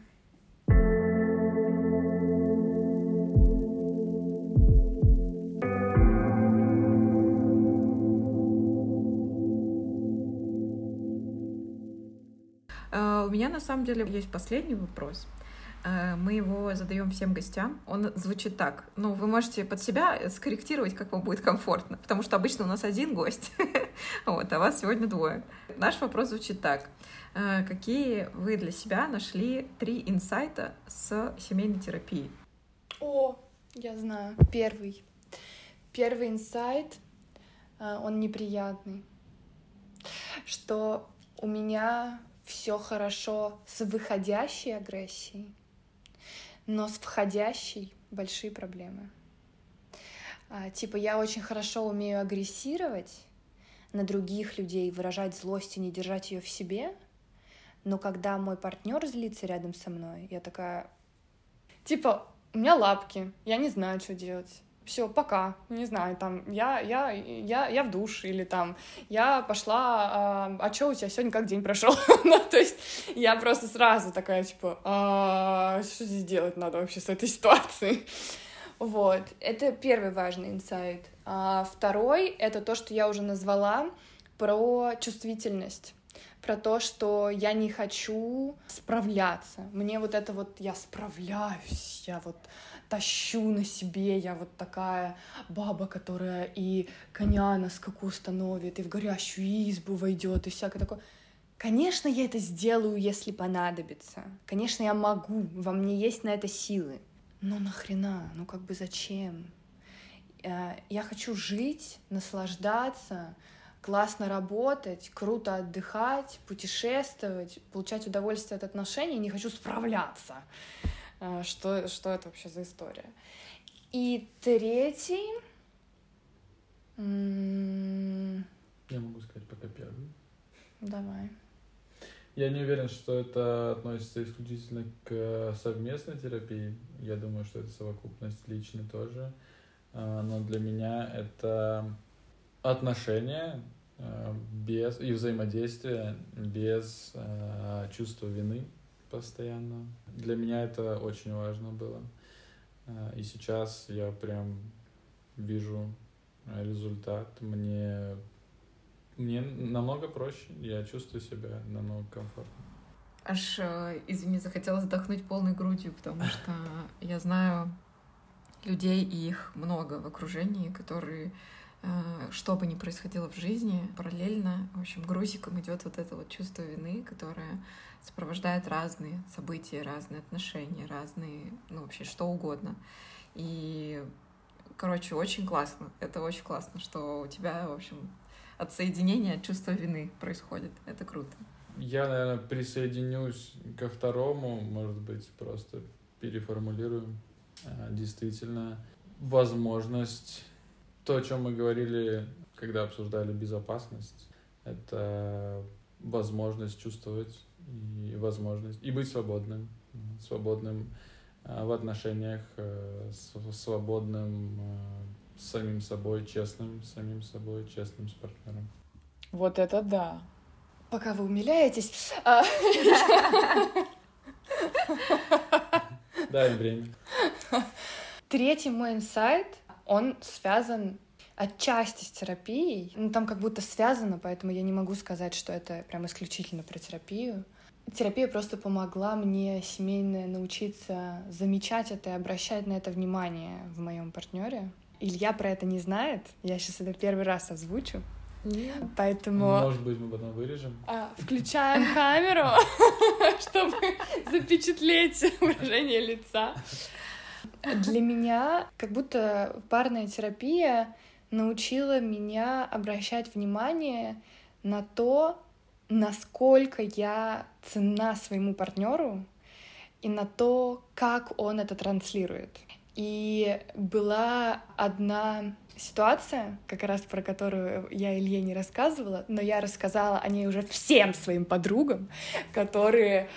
У меня на самом деле есть последний вопрос. Мы его задаем всем гостям. Он звучит так. Ну, вы можете под себя скорректировать, как вам будет комфортно, потому что обычно у нас один гость, вот, а вас сегодня двое. Наш вопрос звучит так. Какие вы для себя нашли 3 инсайта с семейной терапии? О, я знаю. Первый инсайт, он неприятный, что у меня все хорошо с выходящей агрессией, но с входящей большие проблемы. Типа я очень хорошо умею агрессировать на других людей, выражать злость и не держать ее в себе, но когда мой партнер злится рядом со мной, я такая, типа, у меня лапки, я не знаю, что делать. Все, пока, не знаю, там, я в душ, или там, я пошла, а что у тебя сегодня, как день прошел? Ну, то есть я просто сразу такая, типа, что здесь делать надо вообще с этой ситуацией? Вот, это первый важный инсайт. А второй — это то, что я уже назвала, про чувствительность, про то, что я не хочу справляться. Мне вот это вот, я справляюсь, я вот тащу на себе, я вот такая баба, которая и коня на скаку установит, и в горящую избу войдет, и всякое такое. Конечно, я это сделаю, если понадобится. Конечно, я могу, во мне есть на это силы. Но нахрена? Ну как бы зачем? Я хочу жить, наслаждаться, классно работать, круто отдыхать, путешествовать, получать удовольствие от отношений, не хочу справляться. Что это вообще за история? И третий... Я могу сказать пока первый. Давай. Я не уверен, что это относится исключительно к совместной терапии. Я думаю, что это совокупность личной тоже. Но для меня это отношения без и взаимодействие без чувства вины постоянно. Для меня это очень важно было. И сейчас я прям вижу результат. Мне намного проще, я чувствую себя намного комфортнее. Аж, извини, захотела вздохнуть полной грудью, потому что я знаю людей, и их много в окружении, которые, что бы ни происходило в жизни, параллельно, в общем, грузиком идет вот это вот чувство вины, которое сопровождает разные события, разные отношения, разные, ну, вообще, что угодно. И, короче, очень классно, это очень классно, что у тебя, в общем, от соединения, от чувства вины происходит. Это круто. Я, наверное, присоединюсь ко второму, может быть, просто переформулирую. Действительно, возможность, то, о чем мы говорили, когда обсуждали безопасность, это возможность чувствовать и возможность, и быть свободным в отношениях, свободным с самим собой, честным с самим собой, честным с партнером. Вот это да. Пока вы умиляетесь. Дай время. Третий мой инсайт, он связан отчасти с терапией. Ну, там как будто связано, поэтому я не могу сказать, что это прям исключительно про терапию. Терапия просто помогла мне семейно научиться замечать это и обращать на это внимание в моем партнере. Илья про это не знает. Я сейчас это первый раз озвучу. Поэтому... Может быть, мы потом вырежем. Включаем камеру, чтобы запечатлеть выражение лица. Для меня как будто парная терапия научила меня обращать внимание на то, насколько я ценна своему партнеру и на то, как он это транслирует. И была одна ситуация, как раз про которую я Илье не рассказывала, но я рассказала о ней уже всем своим подругам, которые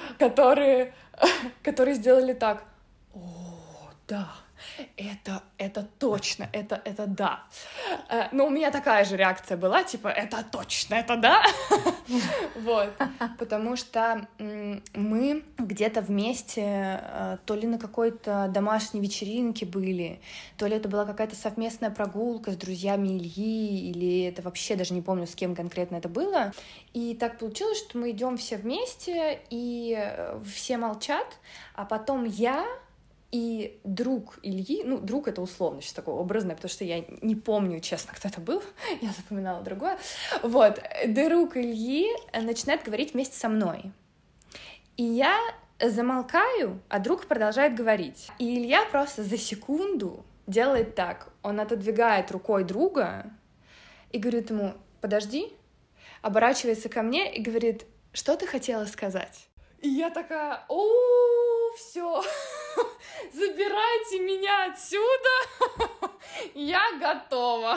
сделали так: «О, да, это точно, это да». Но у меня такая же реакция была, типа, это точно, это да. Вот, потому что мы где-то вместе то ли на какой-то домашней вечеринке были, то ли это была какая-то совместная прогулка с друзьями Ильи, или это вообще даже не помню, с кем конкретно это было. И так получилось, что мы идем все вместе, и все молчат, а потом я и друг Ильи, ну, друг — это условно, сейчас такое образное, потому что я не помню, честно, кто это был, я запоминала другое. Вот, друг Ильи начинает говорить вместе со мной. И я замолкаю, а друг продолжает говорить. И Илья просто за секунду делает так. Он отодвигает рукой друга и говорит ему: «Подожди», оборачивается ко мне и говорит: «Что ты хотела сказать?» И я такая: «О, все, забирайте меня отсюда, я готова».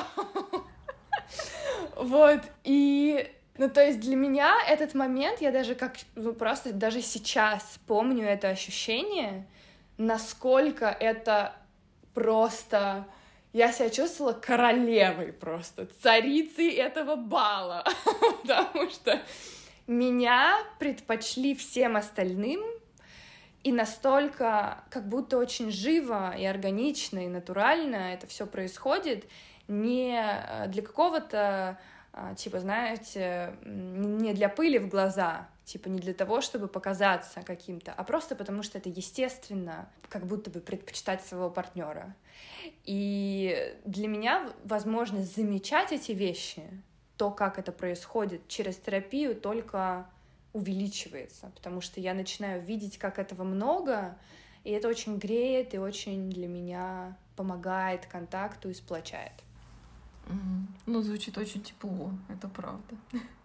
Вот, и, ну, то есть для меня этот момент, я даже просто даже сейчас помню это ощущение, насколько это просто... Я себя чувствовала королевой просто, царицей этого бала, потому что меня предпочли всем остальным, и настолько как будто очень живо и органично и натурально это все происходит, не для какого-то, типа, знаете, не для пыли в глаза, типа не для того, чтобы показаться каким-то, а просто потому что это естественно, как будто бы предпочитать своего партнера. И для меня возможность замечать эти вещи, то, как это происходит через терапию, только увеличивается, потому что я начинаю видеть, как этого много, и это очень греет и очень для меня помогает контакту и сплочает. Ну, звучит очень тепло, это правда.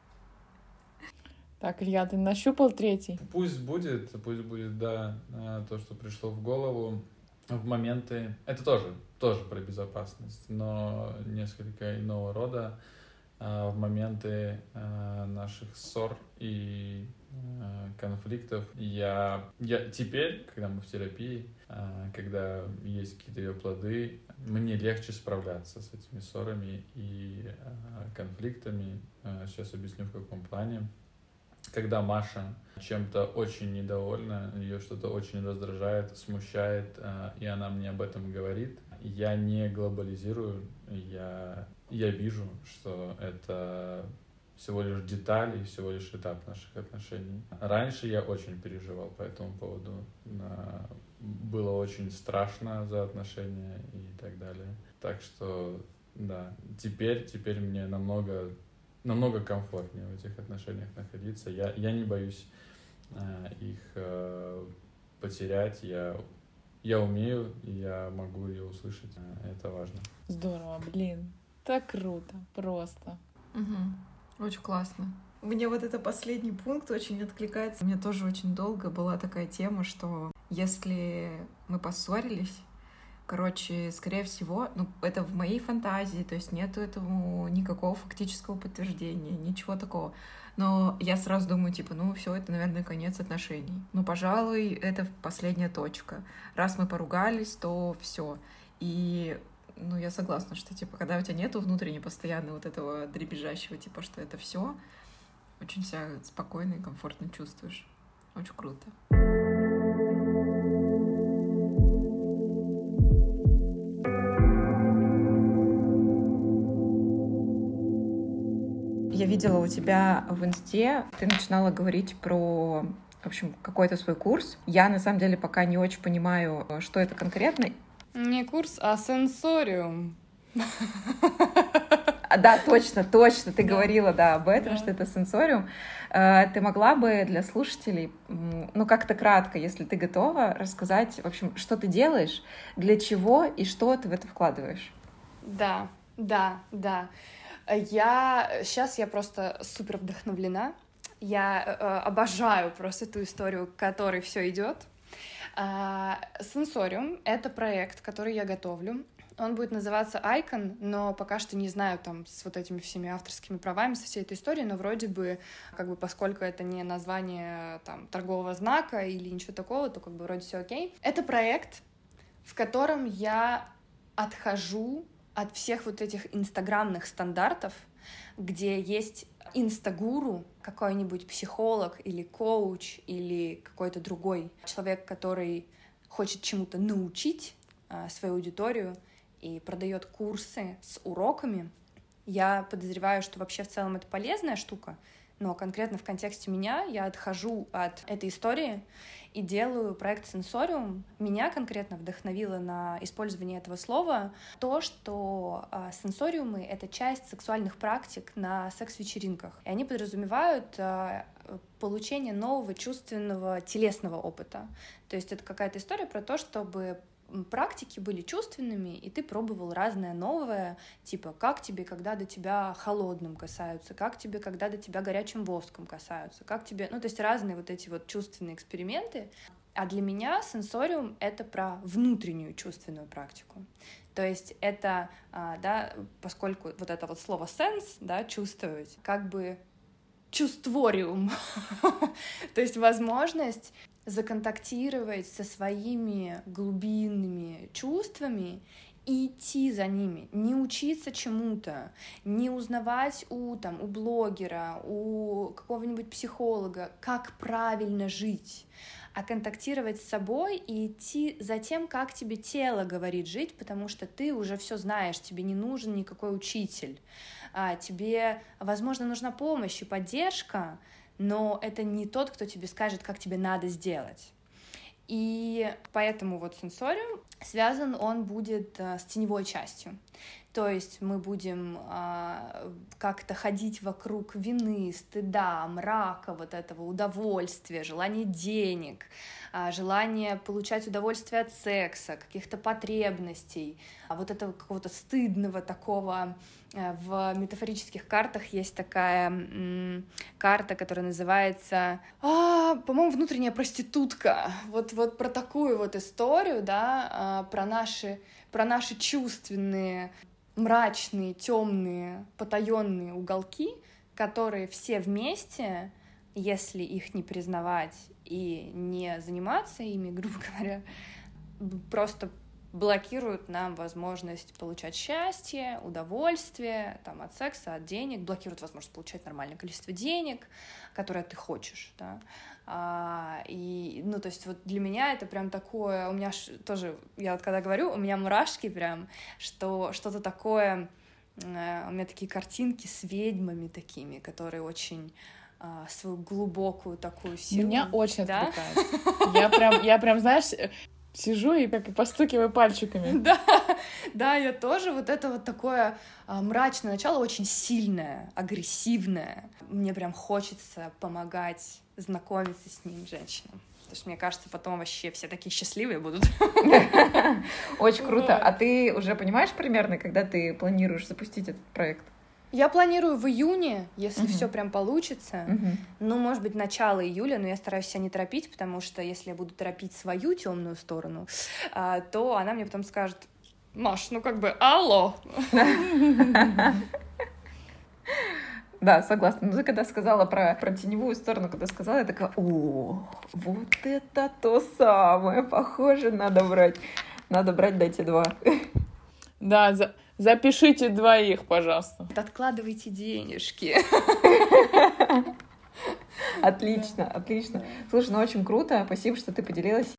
Так, Илья, ты нащупал третий? Пусть будет, да, то, что пришло в голову в моменты... Это тоже про безопасность, но несколько иного рода. В моменты наших ссор и конфликтов я теперь, когда мы в терапии, когда есть какие-то ее плоды, мне легче справляться с этими ссорами и конфликтами. Сейчас объясню, в каком плане. Когда Маша чем-то очень недовольна, ее что-то очень раздражает, смущает, и она мне об этом говорит, я не глобализирую, я вижу, что это всего лишь детали, всего лишь этап наших отношений. Раньше я очень переживал по этому поводу. Было очень страшно за отношения и так далее. Так что, да, теперь мне намного комфортнее в этих отношениях находиться. Я не боюсь их потерять. Я умею, и я могу ее услышать. Это важно. Здорово, блин. Так круто, просто. Угу. Очень классно. Мне вот это последний пункт очень откликается. У меня тоже очень долго была такая тема, что если мы поссорились, короче, скорее всего, ну, это в моей фантазии, то есть нету этому никакого фактического подтверждения, ничего такого. Но я сразу думаю, типа, ну, все, это, наверное, конец отношений. Ну, пожалуй, это последняя точка. Раз мы поругались, то все. И, ну, я согласна, что, типа, когда у тебя нету внутренне постоянно вот этого дребезжащего, типа, что это все, очень себя спокойно и комфортно чувствуешь. Очень круто. я видела у тебя в инсте, ты начинала говорить про, в общем, какой-то свой курс. Я, на самом деле, пока не очень понимаю, что это конкретно. Не курс, а сенсориум. Да, точно, ты говорила, об этом, что это сенсориум. Ты могла бы для слушателей, как-то кратко, если ты готова, рассказать, в общем, что ты делаешь, для чего и что ты в это вкладываешь? Да. Сейчас я просто супер вдохновлена. Я обожаю просто ту историю, к которой все идет. Сенсориум — это проект, который я готовлю. Он будет называться Icon, но пока что не знаю там с вот этими всеми авторскими правами, со всей этой историей, но вроде бы, поскольку это не название там торгового знака или ничего такого, то вроде все окей. Это проект, в котором я отхожу от всех вот этих инстаграмных стандартов, где есть инстагуру, какой-нибудь психолог или коуч или какой-то другой человек, который хочет чему-то научить свою аудиторию и продает курсы с уроками. Я подозреваю, что вообще в целом это полезная штука, но конкретно в контексте меня я отхожу от этой истории и делаю проект «Сенсориум». Меня конкретно вдохновило на использование этого слова то, что сенсориумы — это часть сексуальных практик на секс-вечеринках. И они подразумевают получение нового чувственного телесного опыта. То есть это какая-то история про то, чтобы практики были чувственными, и ты пробовал разное новое, типа как тебе, когда до тебя холодным касаются, как тебе, когда до тебя горячим воском касаются, как тебе... то есть разные вот эти вот чувственные эксперименты. А для меня сенсориум — это про внутреннюю чувственную практику. То есть это, поскольку вот это вот слово «сенс», чувствовать, чувствориум, то есть возможность законтактировать со своими глубинными чувствами и идти за ними, не учиться чему-то, не узнавать у блогера, у какого-нибудь психолога, как правильно жить, а контактировать с собой и идти за тем, как тебе тело говорит жить, потому что ты уже все знаешь, тебе не нужен никакой учитель, тебе, возможно, нужна помощь и поддержка, но это не тот, кто тебе скажет, как тебе надо сделать. И поэтому вот сенсориум связан, он будет с теневой частью. То есть мы будем как-то ходить вокруг вины, стыда, мрака, вот этого удовольствия, желания денег, желания получать удовольствие от секса, каких-то потребностей, вот этого какого-то стыдного такого. В метафорических картах есть такая карта, которая называется, по-моему, внутренняя проститутка. Вот про такую вот историю, про наши чувственные, мрачные, темные, потаенные уголки, которые все вместе, если их не признавать и не заниматься ими, грубо говоря, просто блокируют нам возможность получать счастье, удовольствие от секса, от денег, блокируют возможность получать нормальное количество денег, которое ты хочешь, то есть вот для меня это прям такое, у меня тоже, я вот когда говорю, у меня мурашки прям, что что-то такое, у меня такие картинки с ведьмами такими, которые очень свою глубокую такую силу. Меня очень отвлекает. Я прям, знаешь, сижу и постукиваю пальчиками. Да, я тоже. Вот это вот такое мрачное начало, очень сильное, агрессивное. Мне прям хочется помогать знакомиться с ним женщинам. Потому что, мне кажется, потом вообще все такие счастливые будут. Очень круто. А ты уже понимаешь примерно, когда ты планируешь запустить этот проект? Я планирую в июне, если все прям получится. Может быть, начало июля, но я стараюсь себя не торопить, потому что если я буду торопить свою темную сторону, то она мне потом скажет: Маш, алло. Да, согласна. Но ты когда сказала про теневую сторону, когда сказала, я такая: о, вот это то самое, похоже, надо брать, дайте 2. Да, запишите 2, пожалуйста. Откладывайте денежки. Отлично. Слушай, очень круто. Спасибо, что ты поделилась.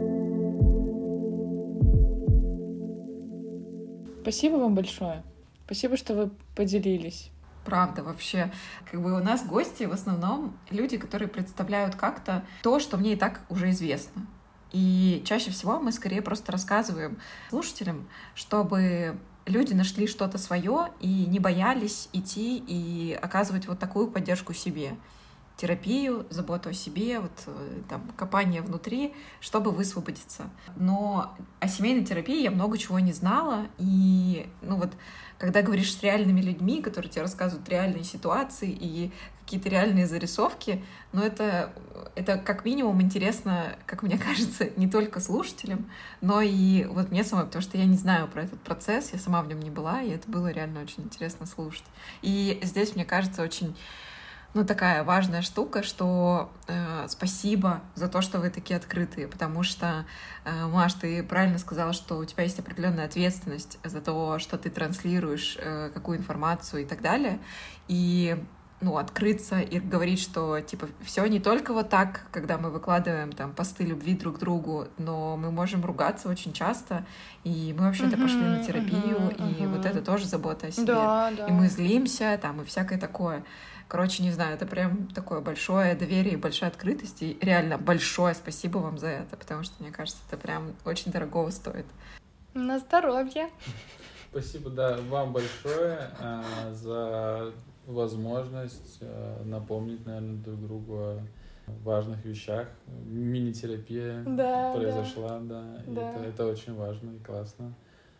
Спасибо вам большое. Спасибо, что вы поделились. Правда, вообще. Как бы у нас гости в основном люди, которые представляют как-то то, что мне и так уже известно. И чаще всего мы скорее просто рассказываем слушателям, чтобы люди нашли что-то свое и не боялись идти и оказывать вот такую поддержку себе. Терапию, заботу о себе, вот там копание внутри, чтобы высвободиться. Но о семейной терапии я много чего не знала, и когда говоришь с реальными людьми, которые тебе рассказывают реальные ситуации и какие-то реальные зарисовки, это как минимум интересно, как мне кажется, не только слушателям, но и вот мне самой, потому что я не знаю про этот процесс, я сама в нем не была, и это было реально очень интересно слушать. И здесь, мне кажется, очень такая важная штука, что спасибо за то, что вы такие открытые, потому что, Маш, ты правильно сказала, что у тебя есть определенная ответственность за то, что ты транслируешь, какую информацию и так далее, и открыться и говорить, что все не только вот так, когда мы выкладываем там посты любви друг к другу, но мы можем ругаться очень часто, и мы вообще-то пошли на терапию, и вот это тоже забота о себе. Да. И мы злимся, там, и всякое такое. Короче, не знаю, это прям такое большое доверие и большая открытость, и реально большое спасибо вам за это, потому что, мне кажется, это прям очень дорогого стоит. На здоровье! Спасибо, да, вам большое за возможность напомнить, наверное, друг другу о важных вещах. Мини-терапия произошла, да. Это очень важно и классно.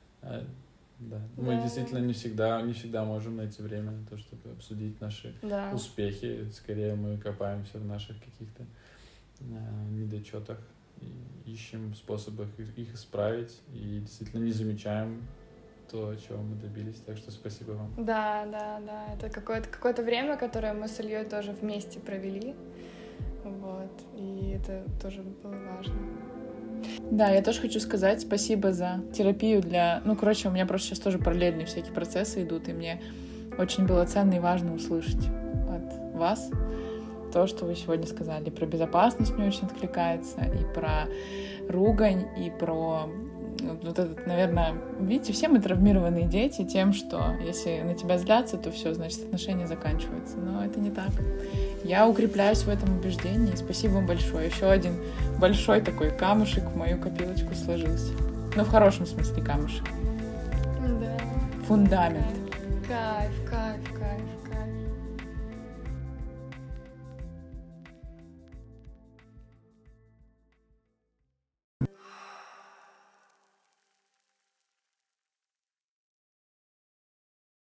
Да. Мы действительно не всегда можем найти время на то, чтобы обсудить наши успехи. Скорее мы копаемся в наших каких-то недочетах и ищем способы их исправить и действительно не замечаем то, чего мы добились. Так что спасибо вам. Да. Это какое-то время, которое мы с Ильей тоже вместе провели. Вот. И это тоже было важно. Да, я тоже хочу сказать спасибо за терапию для... у меня просто сейчас тоже параллельные всякие процессы идут, и мне очень было ценно и важно услышать от вас то, что вы сегодня сказали. Про безопасность мне очень откликается, и про ругань, и про... Вот этот, наверное, видите, все мы травмированные дети тем, что если на тебя злятся, то все, значит, отношения заканчиваются. Но это не так. Я укрепляюсь в этом убеждении. Спасибо вам большое. Еще один большой такой камушек в мою копилочку сложился. В хорошем смысле камушек. Да. Фундамент. Кайф.